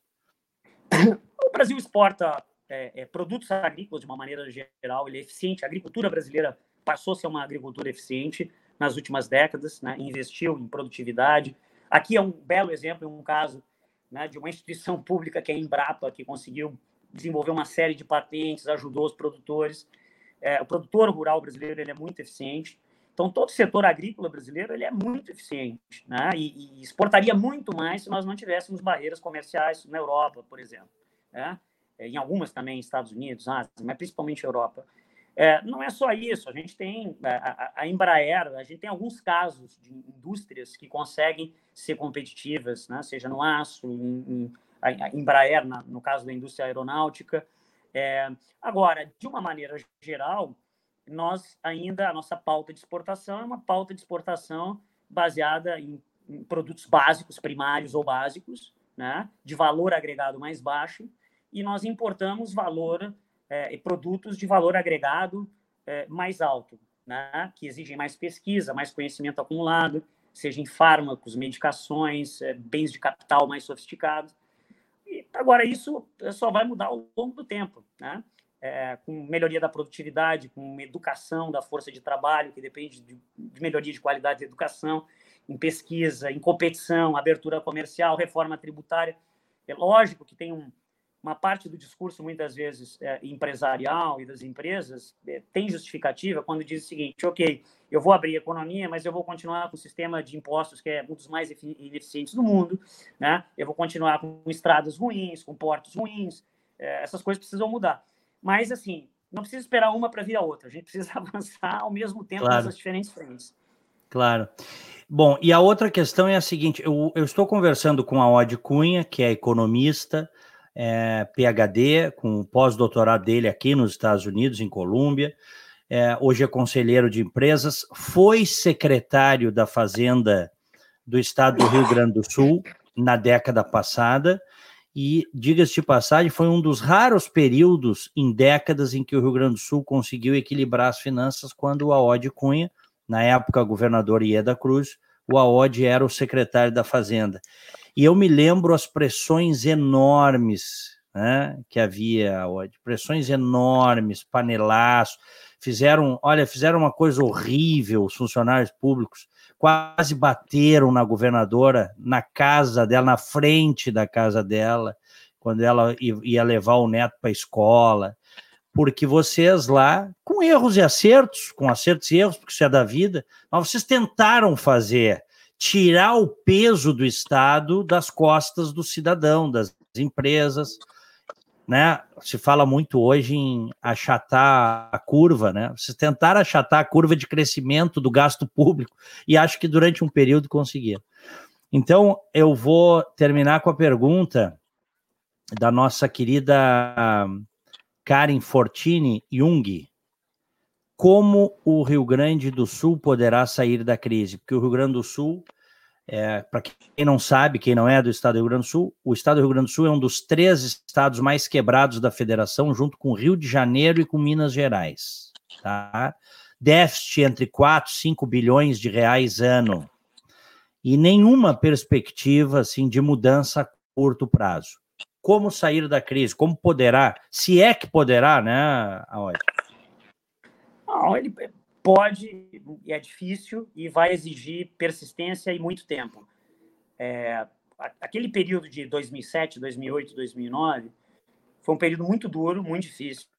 Speaker 2: O Brasil exporta é, é, produtos agrícolas de uma maneira geral, ele é eficiente. A agricultura brasileira passou a ser uma agricultura eficiente nas últimas décadas, né? Investiu em produtividade. Aqui é um belo exemplo, um caso, né, de uma instituição pública que é a Embrapa, que conseguiu desenvolver uma série de patentes, ajudou os produtores. É, o produtor rural brasileiro ele é muito eficiente. Então, todo o setor agrícola brasileiro ele é muito eficiente, né? E, e exportaria muito mais se nós não tivéssemos barreiras comerciais na Europa, por exemplo, né? Em algumas também, Estados Unidos, Ásia, mas principalmente Europa. É, não é só isso, a gente tem a, a Embraer, a gente tem alguns casos de indústrias que conseguem ser competitivas, né? Seja no aço, em, em, a Embraer, na, no caso da indústria aeronáutica. É, agora, de uma maneira geral, nós ainda, a nossa pauta de exportação é uma pauta de exportação baseada em, em produtos básicos, primários ou básicos, né? De valor agregado mais baixo, e nós importamos valor é, e produtos de valor agregado é, mais alto, né? Que exigem mais pesquisa, mais conhecimento acumulado, seja em fármacos, medicações, é, bens de capital mais sofisticados. E agora, isso só vai mudar ao longo do tempo, né? É, com melhoria da produtividade, com educação da força de trabalho, que depende de, de melhoria de qualidade da educação, em pesquisa, em competição, abertura comercial, reforma tributária. É lógico que tem um, uma parte do discurso, muitas vezes, é, empresarial e das empresas, é, tem justificativa quando diz o seguinte: ok, eu vou abrir a economia, mas eu vou continuar com o sistema de impostos que é um dos mais ineficientes do mundo, né? Eu vou continuar com estradas ruins, com portos ruins, é, essas coisas precisam mudar. Mas, assim, não precisa esperar uma para vir a outra, a gente precisa avançar ao mesmo tempo
Speaker 1: Claro.
Speaker 2: nessas diferentes frentes.
Speaker 1: Claro. Bom, e a outra questão é a seguinte: eu, eu estou conversando com a Ode Cunha, que é economista, é, P H D, com o pós-doutorado dele aqui nos Estados Unidos, em Colômbia. É, hoje é conselheiro de empresas, foi secretário da Fazenda do estado do Rio Grande do Sul na década passada, e, diga-se de passagem, foi um dos raros períodos em décadas em que o Rio Grande do Sul conseguiu equilibrar as finanças, quando o Aode Cunha, na época governador Ieda Cruz, o Aode era o secretário da Fazenda. E eu me lembro as pressões enormes, né, que havia, Aode, pressões enormes, panelaço, fizeram, olha, fizeram uma coisa horrível, os funcionários públicos, quase bateram na governadora, na casa dela, na frente da casa dela, quando ela ia levar o neto para a escola, porque vocês lá, com erros e acertos, com acertos e erros, porque isso é da vida, mas vocês tentaram fazer, tirar o peso do Estado das costas do cidadão, das empresas, né? Se fala muito hoje em achatar a curva, né? Vocês tentaram achatar a curva de crescimento do gasto público e acho que durante um período conseguiram. Então, eu vou terminar com a pergunta da nossa querida Karen Fortini Jung: como o Rio Grande do Sul poderá sair da crise? Porque o Rio Grande do Sul, é, para quem não sabe, quem não é do estado do Rio Grande do Sul, o estado do Rio Grande do Sul é um dos três estados mais quebrados da federação, junto com Rio de Janeiro e com Minas Gerais. Tá? Déficit entre quatro e cinco bilhões de reais ano. E nenhuma perspectiva assim, de mudança a curto prazo. Como sair da crise? Como poderá? Se é que poderá, né, Aode?
Speaker 2: Não, ele pode, é difícil e vai exigir persistência e muito tempo. É, aquele período de dois mil e sete, dois mil e oito, dois mil e nove foi um período muito duro, muito difícil.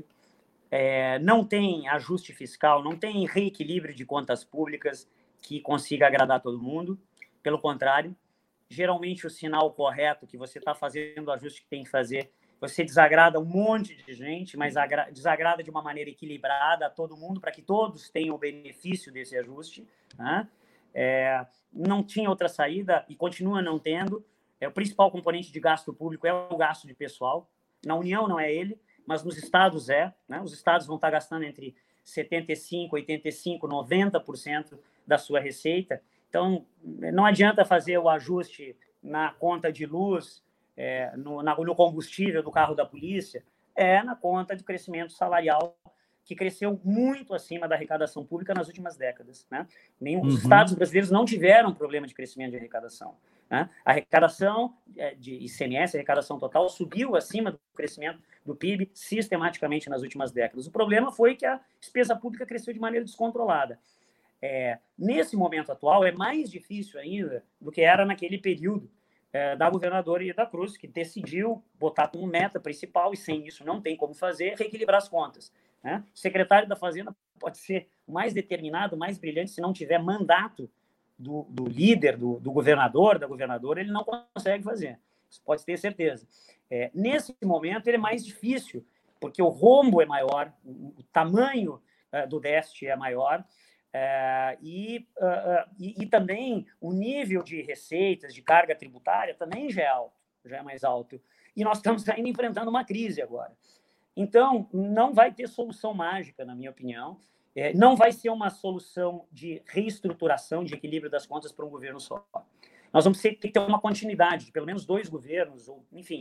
Speaker 2: É, não tem ajuste fiscal, não tem reequilíbrio de contas públicas que consiga agradar todo mundo. Pelo contrário, geralmente o sinal correto que você está fazendo o ajuste que tem que fazer, você desagrada um monte de gente, mas desagrada de uma maneira equilibrada a todo mundo, para que todos tenham o benefício desse ajuste, né? É, não tinha outra saída e continua não tendo. É, o principal componente de gasto público é o gasto de pessoal. Na União não é ele, mas nos estados é, né? Os estados vão estar gastando entre setenta e cinco por cento, oitenta e cinco por cento, noventa por cento da sua receita. Então, não adianta fazer o ajuste na conta de luz, é, no, na, no combustível do carro da polícia, é na conta de crescimento salarial, que cresceu muito acima da arrecadação pública nas últimas décadas, né? Nenhum, uhum. Os estados brasileiros não tiveram problema de crescimento de arrecadação, né? A arrecadação de I C M S, a arrecadação total, subiu acima do crescimento do P I B sistematicamente nas últimas décadas. O problema foi que a despesa pública cresceu de maneira descontrolada. É, nesse momento atual, é mais difícil ainda do que era naquele período é, da governadora Ieda Cruz, que decidiu botar como meta principal, e sem isso não tem como fazer, reequilibrar as contas, né? O secretário da Fazenda pode ser o mais determinado, mais brilhante, se não tiver mandato do, do líder, do, do governador, da governadora, ele não consegue fazer. Isso pode ter certeza. É, nesse momento, ele é mais difícil, porque o rombo é maior, o, o tamanho uh, do déficit é maior, uh, e, uh, e, e também o nível de receitas, de carga tributária, também já é alto, já é mais alto. E nós estamos ainda enfrentando uma crise agora. Então, não vai ter solução mágica, na minha opinião. É, não vai ser uma solução de reestruturação, de equilíbrio das contas para um governo só. Nós vamos ter que ter uma continuidade de pelo menos dois governos, ou, enfim,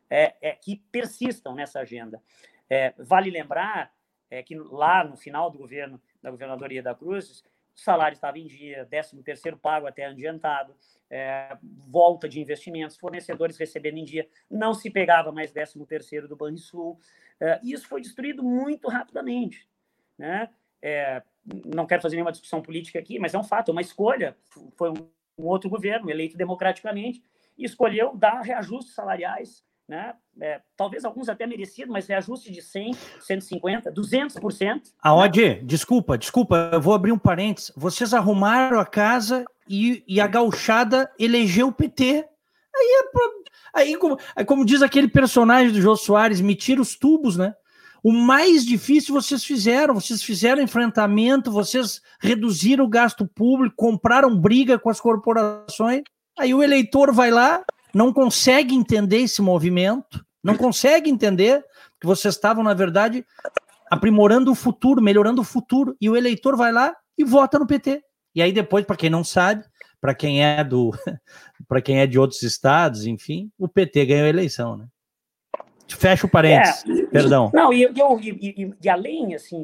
Speaker 2: é, é, que persistam nessa agenda. É, vale lembrar é, que lá no final do governo da governadora Ieda Cruz, o salário estava em dia, décimo terceiro pago até adiantado, é, volta de investimentos, fornecedores recebendo em dia, não se pegava mais décimo terceiro do Banrisul, é, e isso foi destruído muito rapidamente, né? É, não quero fazer nenhuma discussão política aqui, mas é um fato, é uma escolha, foi um, um outro governo eleito democraticamente, e escolheu dar reajustes salariais, né? É, talvez alguns até merecidos, mas reajuste de cem, cento e cinquenta, duzentos por cento.
Speaker 1: A Odd, né? desculpa, desculpa, eu vou abrir um parênteses. Vocês arrumaram a casa e, e a gauchada elegeu o P T. Aí, é pra, aí, como, aí, como diz aquele personagem do Jô Soares, me tira os tubos, né? O mais difícil vocês fizeram, vocês fizeram enfrentamento, vocês reduziram o gasto público, compraram briga com as corporações, aí o eleitor vai lá, não consegue entender esse movimento, não consegue entender que vocês estavam, na verdade, aprimorando o futuro, melhorando o futuro, e o eleitor vai lá e vota no P T. E aí depois, para quem não sabe, para quem é do, para quem é de outros estados, enfim, o P T ganhou a eleição, né? Fecha o parênteses, é, perdão.
Speaker 2: Não, e, eu, e, e, e além, assim,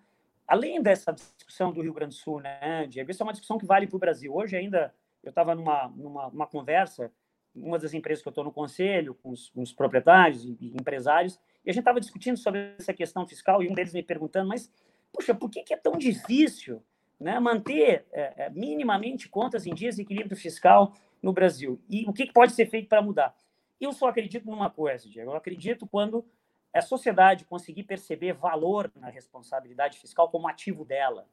Speaker 2: além dessa discussão do Rio Grande do Sul, né, Diego, isso é uma discussão que vale para o Brasil. Hoje ainda, eu estava numa, numa uma conversa, uma das empresas que eu estou no conselho, com os, com os proprietários e, e empresários, e a gente estava discutindo sobre essa questão fiscal, e um deles me perguntando, mas, puxa, por que, que é tão difícil, né, manter é, minimamente contas em dias de equilíbrio fiscal no Brasil? E o que, que pode ser feito para mudar? Eu só acredito numa coisa, Diego, eu acredito quando a sociedade conseguir perceber valor na responsabilidade fiscal como ativo dela.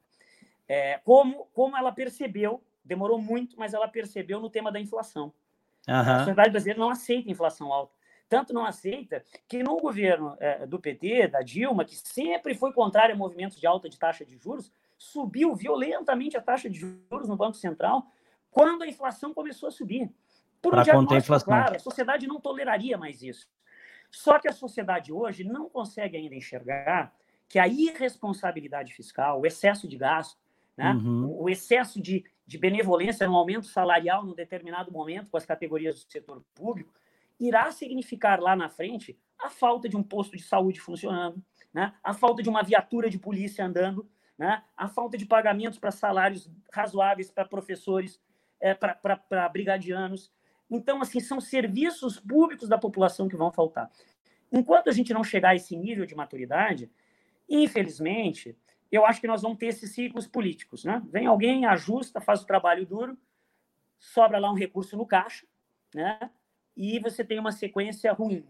Speaker 2: É, como, como ela percebeu, demorou muito, mas ela percebeu no tema da inflação. Uhum. A sociedade brasileira não aceita inflação alta. Tanto não aceita que no governo é, do P T, da Dilma, que sempre foi contrário a movimentos de alta de taxa de juros, subiu violentamente a taxa de juros no Banco Central quando a inflação começou a subir. Por um diagnóstico claro, a sociedade não toleraria mais isso. Só que a sociedade hoje não consegue ainda enxergar que a irresponsabilidade fiscal, o excesso de gasto, né, uhum. o excesso de, de benevolência no aumento salarial num determinado momento com as categorias do setor público, irá significar lá na frente a falta de um posto de saúde funcionando, né, a falta de uma viatura de polícia andando, né, a falta de pagamentos para salários razoáveis para professores, é, para brigadianos. Então, assim, são serviços públicos da população que vão faltar. Enquanto a gente não chegar a esse nível de maturidade, infelizmente, eu acho que nós vamos ter esses ciclos políticos, né? Vem alguém, ajusta, faz o trabalho duro, sobra lá um recurso no caixa, né? E você tem uma sequência ruim.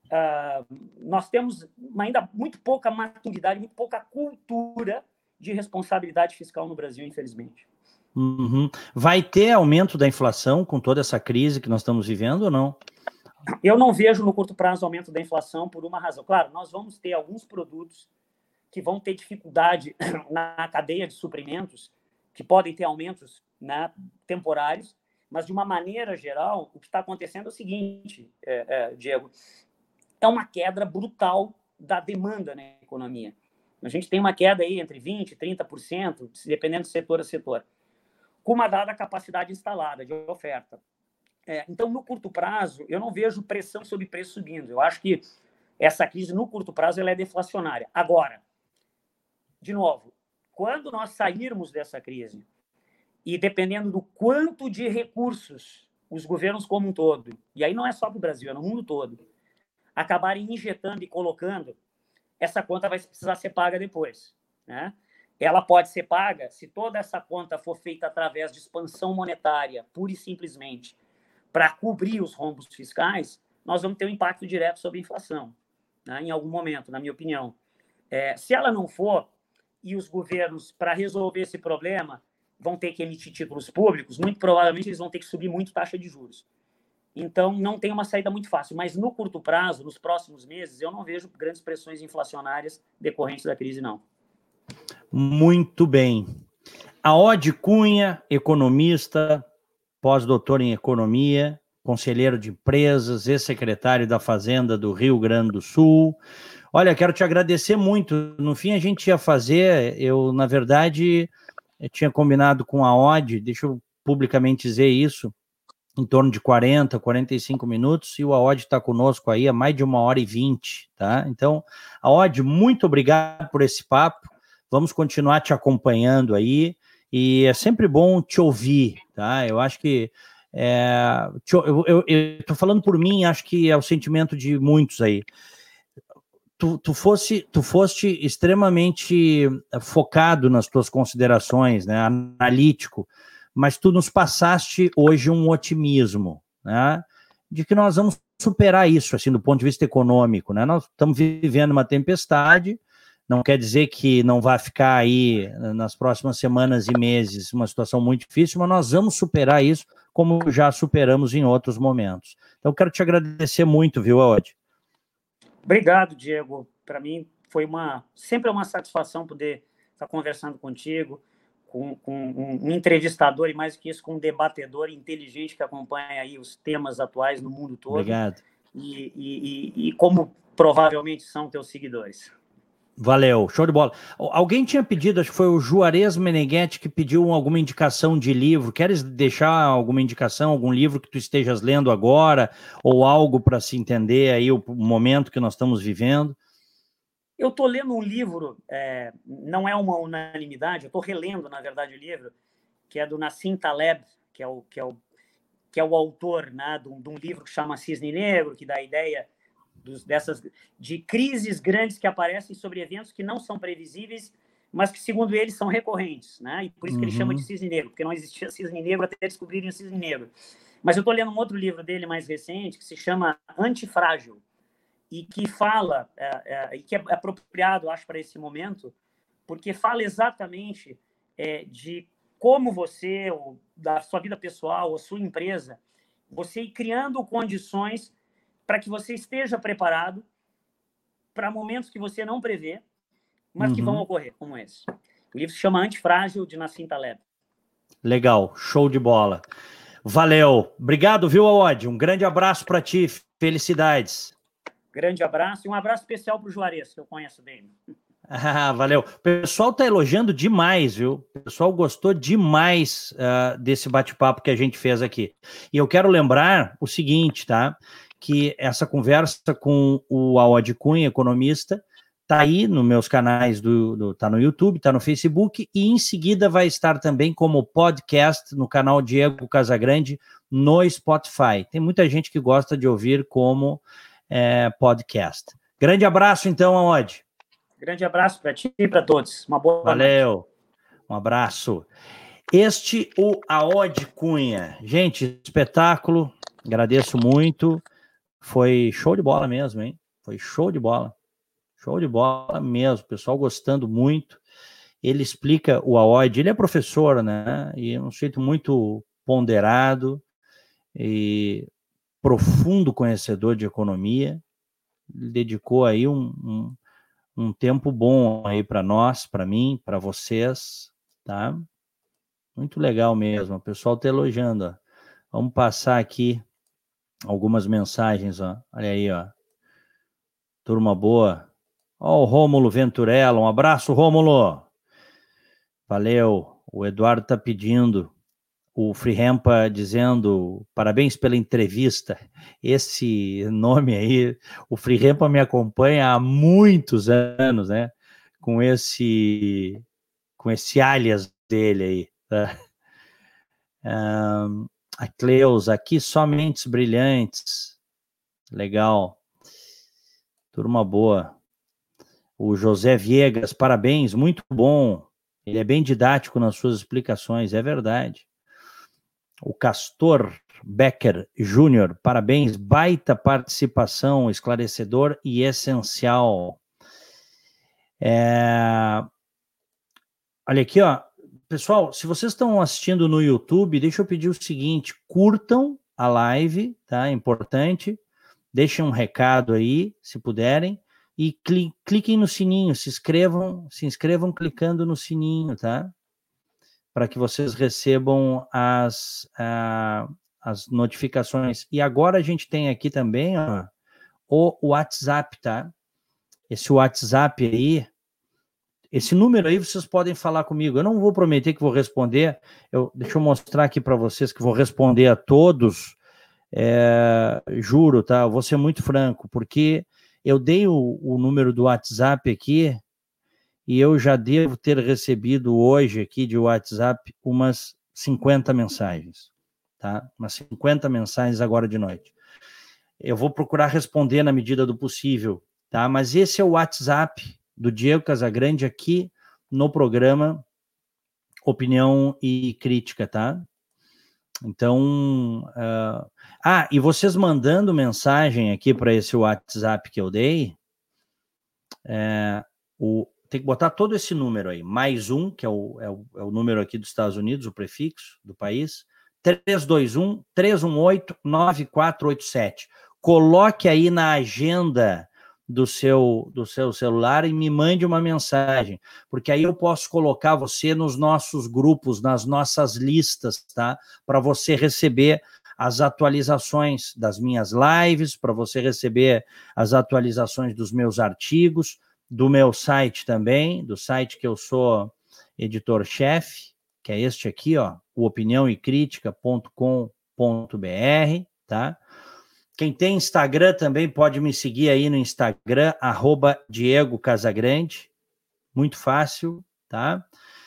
Speaker 2: Uh, nós temos ainda muito pouca maturidade, muito pouca cultura de responsabilidade fiscal no Brasil, infelizmente.
Speaker 1: Uhum. Vai ter aumento da inflação com toda essa crise que nós estamos vivendo ou não?
Speaker 2: Eu não vejo no curto prazo aumento da inflação por uma razão. Claro, nós vamos ter alguns produtos que vão ter dificuldade na cadeia de suprimentos, que podem ter aumentos, né, temporários, mas de uma maneira geral, o que está acontecendo é o seguinte, é, é, Diego, é uma queda brutal da demanda na economia. A gente tem uma queda aí entre vinte por cento e trinta por cento, dependendo de setor a setor, com uma dada capacidade instalada de oferta. É, então, no curto prazo, eu não vejo pressão sobre preço subindo. Eu acho que essa crise, no curto prazo, ela é deflacionária. Agora, de novo, quando nós sairmos dessa crise, e dependendo do quanto de recursos os governos como um todo, e aí não é só para o Brasil, é no mundo todo, acabarem injetando e colocando, essa conta vai precisar ser paga depois, né? Ela pode ser paga se toda essa conta for feita através de expansão monetária, pura e simplesmente, para cobrir os rombos fiscais, nós vamos ter um impacto direto sobre a inflação, né, em algum momento, na minha opinião. É, se ela não for, e os governos, para resolver esse problema, vão ter que emitir títulos públicos, muito provavelmente eles vão ter que subir muito taxa de juros. Então, não tem uma saída muito fácil. Mas, no curto prazo, nos próximos meses, eu não vejo grandes pressões inflacionárias decorrentes da crise, não.
Speaker 1: Muito bem. A Odd Cunha, economista, pós-doutor em economia, conselheiro de empresas, ex-secretário da Fazenda do Rio Grande do Sul. Olha, quero te agradecer muito. No fim, a gente ia fazer, eu, na verdade, eu tinha combinado com a Odd, deixa eu publicamente dizer isso, em torno de quarenta, quarenta e cinco minutos, e o Aod está conosco aí há mais de uma hora e vinte, tá? Então, Aod, muito obrigado por esse papo, vamos continuar te acompanhando aí, e é sempre bom te ouvir, tá? Eu acho que, é, te, eu estou falando por mim, acho que é o sentimento de muitos aí. Tu, tu, fosse, tu foste extremamente focado nas tuas considerações, né? Analítico, mas tu nos passaste hoje um otimismo, né, de que nós vamos superar isso, assim, do ponto de vista econômico, né? Nós estamos vivendo uma tempestade, não quer dizer que não vai ficar aí nas próximas semanas e meses uma situação muito difícil, mas nós vamos superar isso como já superamos em outros momentos. Então, quero te agradecer muito, viu, Aod?
Speaker 2: Obrigado, Diego. Para mim foi uma sempre é uma satisfação poder estar conversando contigo, com, com um entrevistador e, mais do que isso, com um debatedor inteligente que acompanha aí os temas atuais no mundo todo.
Speaker 1: Obrigado.
Speaker 2: E, e, e como provavelmente são teus seguidores.
Speaker 1: Valeu, show de bola. Alguém tinha pedido, acho que foi o Juarez Meneghetti que pediu alguma indicação de livro. Queres deixar alguma indicação, algum livro que tu estejas lendo agora, ou algo para se entender aí o momento que nós estamos vivendo?
Speaker 2: Eu estou lendo um livro, é, não é uma unanimidade, eu estou relendo, na verdade, o livro, que é do Nassim Taleb, que é o, que é o, que é o autor, né, de, um, de um livro que chama Cisne Negro, que dá a ideia dos, dessas, de crises grandes que aparecem sobre eventos que não são previsíveis, mas que, segundo ele, são recorrentes, né? E por isso que ele uhum. chama de Cisne Negro, porque não existia Cisne Negro até descobrirem o Cisne Negro. Mas eu estou lendo um outro livro dele mais recente, que se chama Antifrágil, e que fala, é, é, e que é apropriado, acho, para esse momento, porque fala exatamente é, de como você, ou da sua vida pessoal, ou sua empresa, você ir criando condições para que você esteja preparado para momentos que você não prevê, mas uhum. que vão ocorrer, como esse. O livro se chama Antifrágil, de Nassim Taleb.
Speaker 1: Legal, show de bola. Valeu. Obrigado, viu, Aod? Um grande abraço para ti. Felicidades.
Speaker 2: Grande abraço e um abraço especial para o Juarez, que eu conheço bem.
Speaker 1: Ah, valeu. O pessoal tá elogiando demais, viu? O pessoal gostou demais uh, desse bate-papo que a gente fez aqui. E eu quero lembrar o seguinte, tá? Que essa conversa com o Aod Cunha, economista, tá aí nos meus canais, do, do, tá no YouTube, tá no Facebook, e em seguida vai estar também como podcast no canal Diego Casagrande no Spotify. Tem muita gente que gosta de ouvir como é, podcast. Grande abraço, então, Aod.
Speaker 2: Grande abraço para ti e para todos. Uma boa
Speaker 1: Valeu.
Speaker 2: noite.
Speaker 1: Um abraço. Este, o Aod Cunha. Gente, espetáculo. Agradeço muito. Foi show de bola mesmo, hein? Foi show de bola. Show de bola mesmo. O pessoal gostando muito. Ele explica o Aod. Ele é professor, né? E é um jeito muito ponderado e profundo conhecedor de economia. Ele dedicou aí um... um um tempo bom aí para nós, para mim, para vocês, tá? Muito legal mesmo, o pessoal tá elogiando, ó. Vamos passar aqui algumas mensagens, ó. Olha aí, ó. Turma boa. Ó, o Rômulo Venturella, um abraço, Rômulo. Valeu. O Eduardo tá pedindo, o Freehampa dizendo parabéns pela entrevista. Esse nome aí, o Freehampa me acompanha há muitos anos, né? Com esse, com esse alias dele aí. Tá? Um, a Cleusa, aqui só mentes brilhantes. Legal. Turma boa. O José Viegas, parabéns, muito bom. Ele é bem didático nas suas explicações, é verdade. O Castor Becker Júnior, parabéns, baita participação, esclarecedor e essencial. É... Olha aqui, ó. Pessoal, se vocês estão assistindo no YouTube, deixa eu pedir o seguinte, curtam a live, tá? É importante. Deixem um recado aí, se puderem, e cli cliquem no sininho, se inscrevam, se inscrevam clicando no sininho, tá? Para que vocês recebam as, uh, as notificações. E agora a gente tem aqui também, ó, o WhatsApp, tá? Esse WhatsApp aí, esse número aí vocês podem falar comigo. Eu não vou prometer que vou responder. Eu, deixa eu mostrar aqui para vocês que vou responder a todos. É, juro, tá? Eu vou ser muito franco, porque eu dei o, o número do WhatsApp aqui e eu já devo ter recebido hoje aqui de WhatsApp umas cinquenta mensagens, tá? Umas cinquenta mensagens agora de noite. Eu vou procurar responder na medida do possível, tá? Mas esse é o WhatsApp do Diego Casagrande aqui no programa Opinião e Crítica, tá? Então, uh... ah, e vocês mandando mensagem aqui para esse WhatsApp que eu dei, é, o, tem que botar todo esse número aí, mais um, que é o, é, o, é o número aqui dos Estados Unidos, o prefixo do país, três dois um, três um oito, nove quatro oito sete. Coloque aí na agenda do seu, do seu celular e me mande uma mensagem, porque aí eu posso colocar você nos nossos grupos, nas nossas listas, tá? Para você receber as atualizações das minhas lives, para você receber as atualizações dos meus artigos, do meu site também, do site que eu sou editor-chefe, que é este aqui, ó, o opinião e crítica ponto com ponto b r, tá? Quem tem Instagram também pode me seguir aí no Instagram, arroba Diego Casagrande. Muito fácil, tá?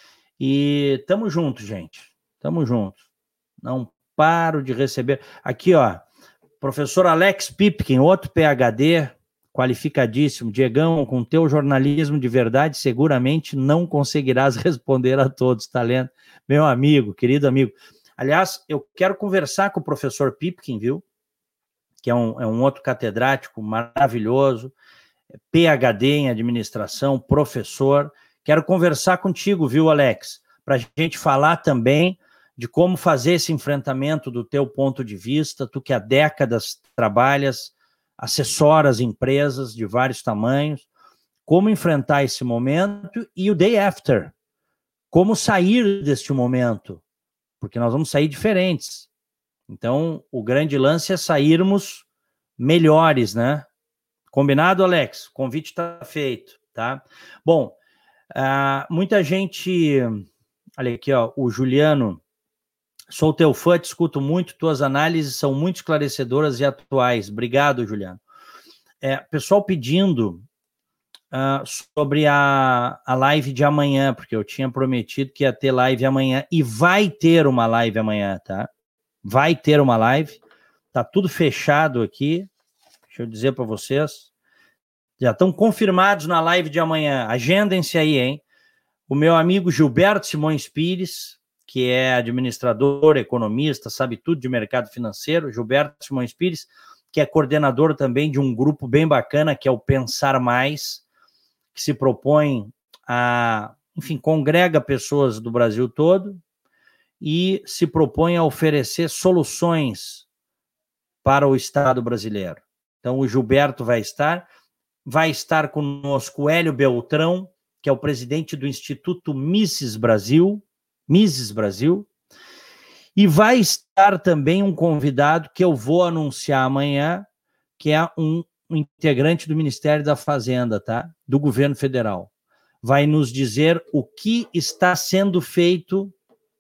Speaker 1: E tamo junto, gente. Tamo junto. Não paro de receber. Aqui, ó, professor Alex Pipkin, outro P H D, qualificadíssimo. Diegão, com teu jornalismo de verdade, seguramente não conseguirás responder a todos, tá lendo? Meu amigo, querido amigo. Aliás, eu quero conversar com o professor Pipkin, viu? Que é um, é um outro catedrático maravilhoso, P H D em administração, professor. Quero conversar contigo, viu, Alex? Para a gente falar também de como fazer esse enfrentamento do teu ponto de vista, tu que há décadas trabalhas, assessoras empresas de vários tamanhos, como enfrentar esse momento e o day after, como sair deste momento, porque nós vamos sair diferentes. Então, o grande lance é sairmos melhores, né? Combinado, Alex? O convite está feito, tá? Bom, uh, muita gente... Olha aqui, ó, o Juliano. Sou teu fã, te escuto muito, tuas análises são muito esclarecedoras e atuais. Obrigado, Juliano. É, pessoal pedindo uh, sobre a, a live de amanhã, porque eu tinha prometido que ia ter live amanhã, e vai ter uma live amanhã, tá? Vai ter uma live, tá tudo fechado aqui, deixa eu dizer para vocês, já estão confirmados na live de amanhã, agendem-se aí, hein? O meu amigo Gilberto Simões Pires, que é administrador, economista, sabe tudo de mercado financeiro, Gilberto Simões Pires, que é coordenador também de um grupo bem bacana, que é o Pensar Mais, que se propõe a, enfim, congrega pessoas do Brasil todo, e se propõe a oferecer soluções para o Estado brasileiro. Então, o Gilberto vai estar, vai estar conosco o Hélio Beltrão, que é o presidente do Instituto Mises Brasil, Mises Brasil, e vai estar também um convidado que eu vou anunciar amanhã, que é um, um integrante do Ministério da Fazenda, tá? Do governo federal. Vai nos dizer o que está sendo feito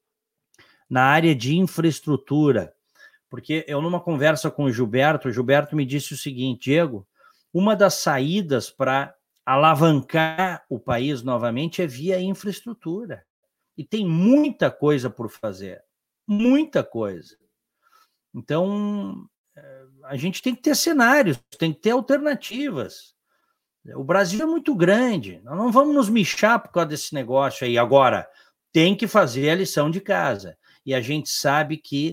Speaker 1: na área de infraestrutura, porque eu numa conversa com o Gilberto, o Gilberto me disse o seguinte: Diego, uma das saídas para alavancar o país novamente é via infraestrutura, e tem muita coisa por fazer, muita coisa. Então, a gente tem que ter cenários, tem que ter alternativas. O Brasil é muito grande, nós não vamos nos mixar por causa desse negócio aí. Agora, tem que fazer a lição de casa. E a gente sabe que,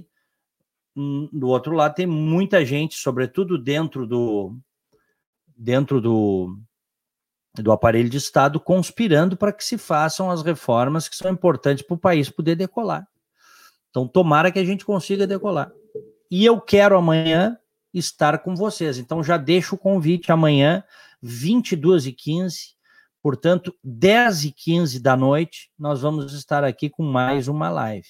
Speaker 1: do outro lado, tem muita gente, sobretudo dentro do, dentro do, do aparelho de Estado, conspirando para que se façam as reformas que são importantes para o país poder decolar. Então, tomara que a gente consiga decolar. E eu quero amanhã estar com vocês. Então, já deixo o convite amanhã, vinte e duas e quinze, portanto, dez e quinze da noite, nós vamos estar aqui com mais uma live.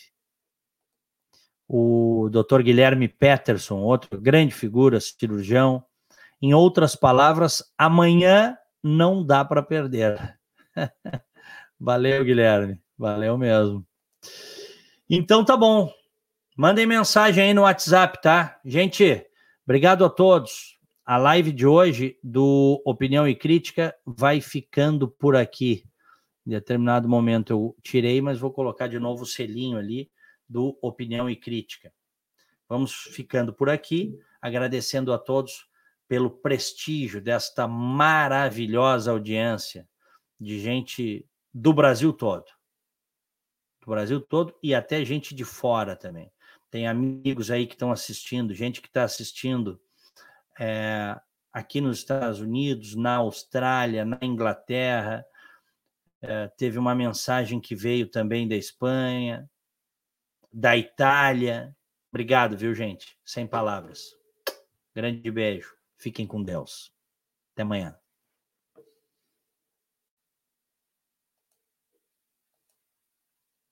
Speaker 1: O doutor Guilherme Peterson, outro grande figura, cirurgião. Em outras palavras, amanhã não dá para perder. Valeu, Guilherme. Valeu mesmo. Então tá bom. Mandem mensagem aí no WhatsApp, tá? Gente, obrigado a todos. A live de hoje do Opinião e Crítica vai ficando por aqui. Em determinado momento eu tirei, mas vou colocar de novo o selinho ali do Opinião e Crítica. Vamos ficando por aqui, agradecendo a todos pelo prestígio desta maravilhosa audiência de gente do Brasil todo. Do Brasil todo e até gente de fora também. Tem amigos aí que estão assistindo, gente que está assistindo é, aqui nos Estados Unidos, na Austrália, na Inglaterra. É, teve uma mensagem que veio também da Espanha, da Itália. Obrigado, viu, gente? Sem palavras. Grande beijo. Fiquem com Deus. Até amanhã.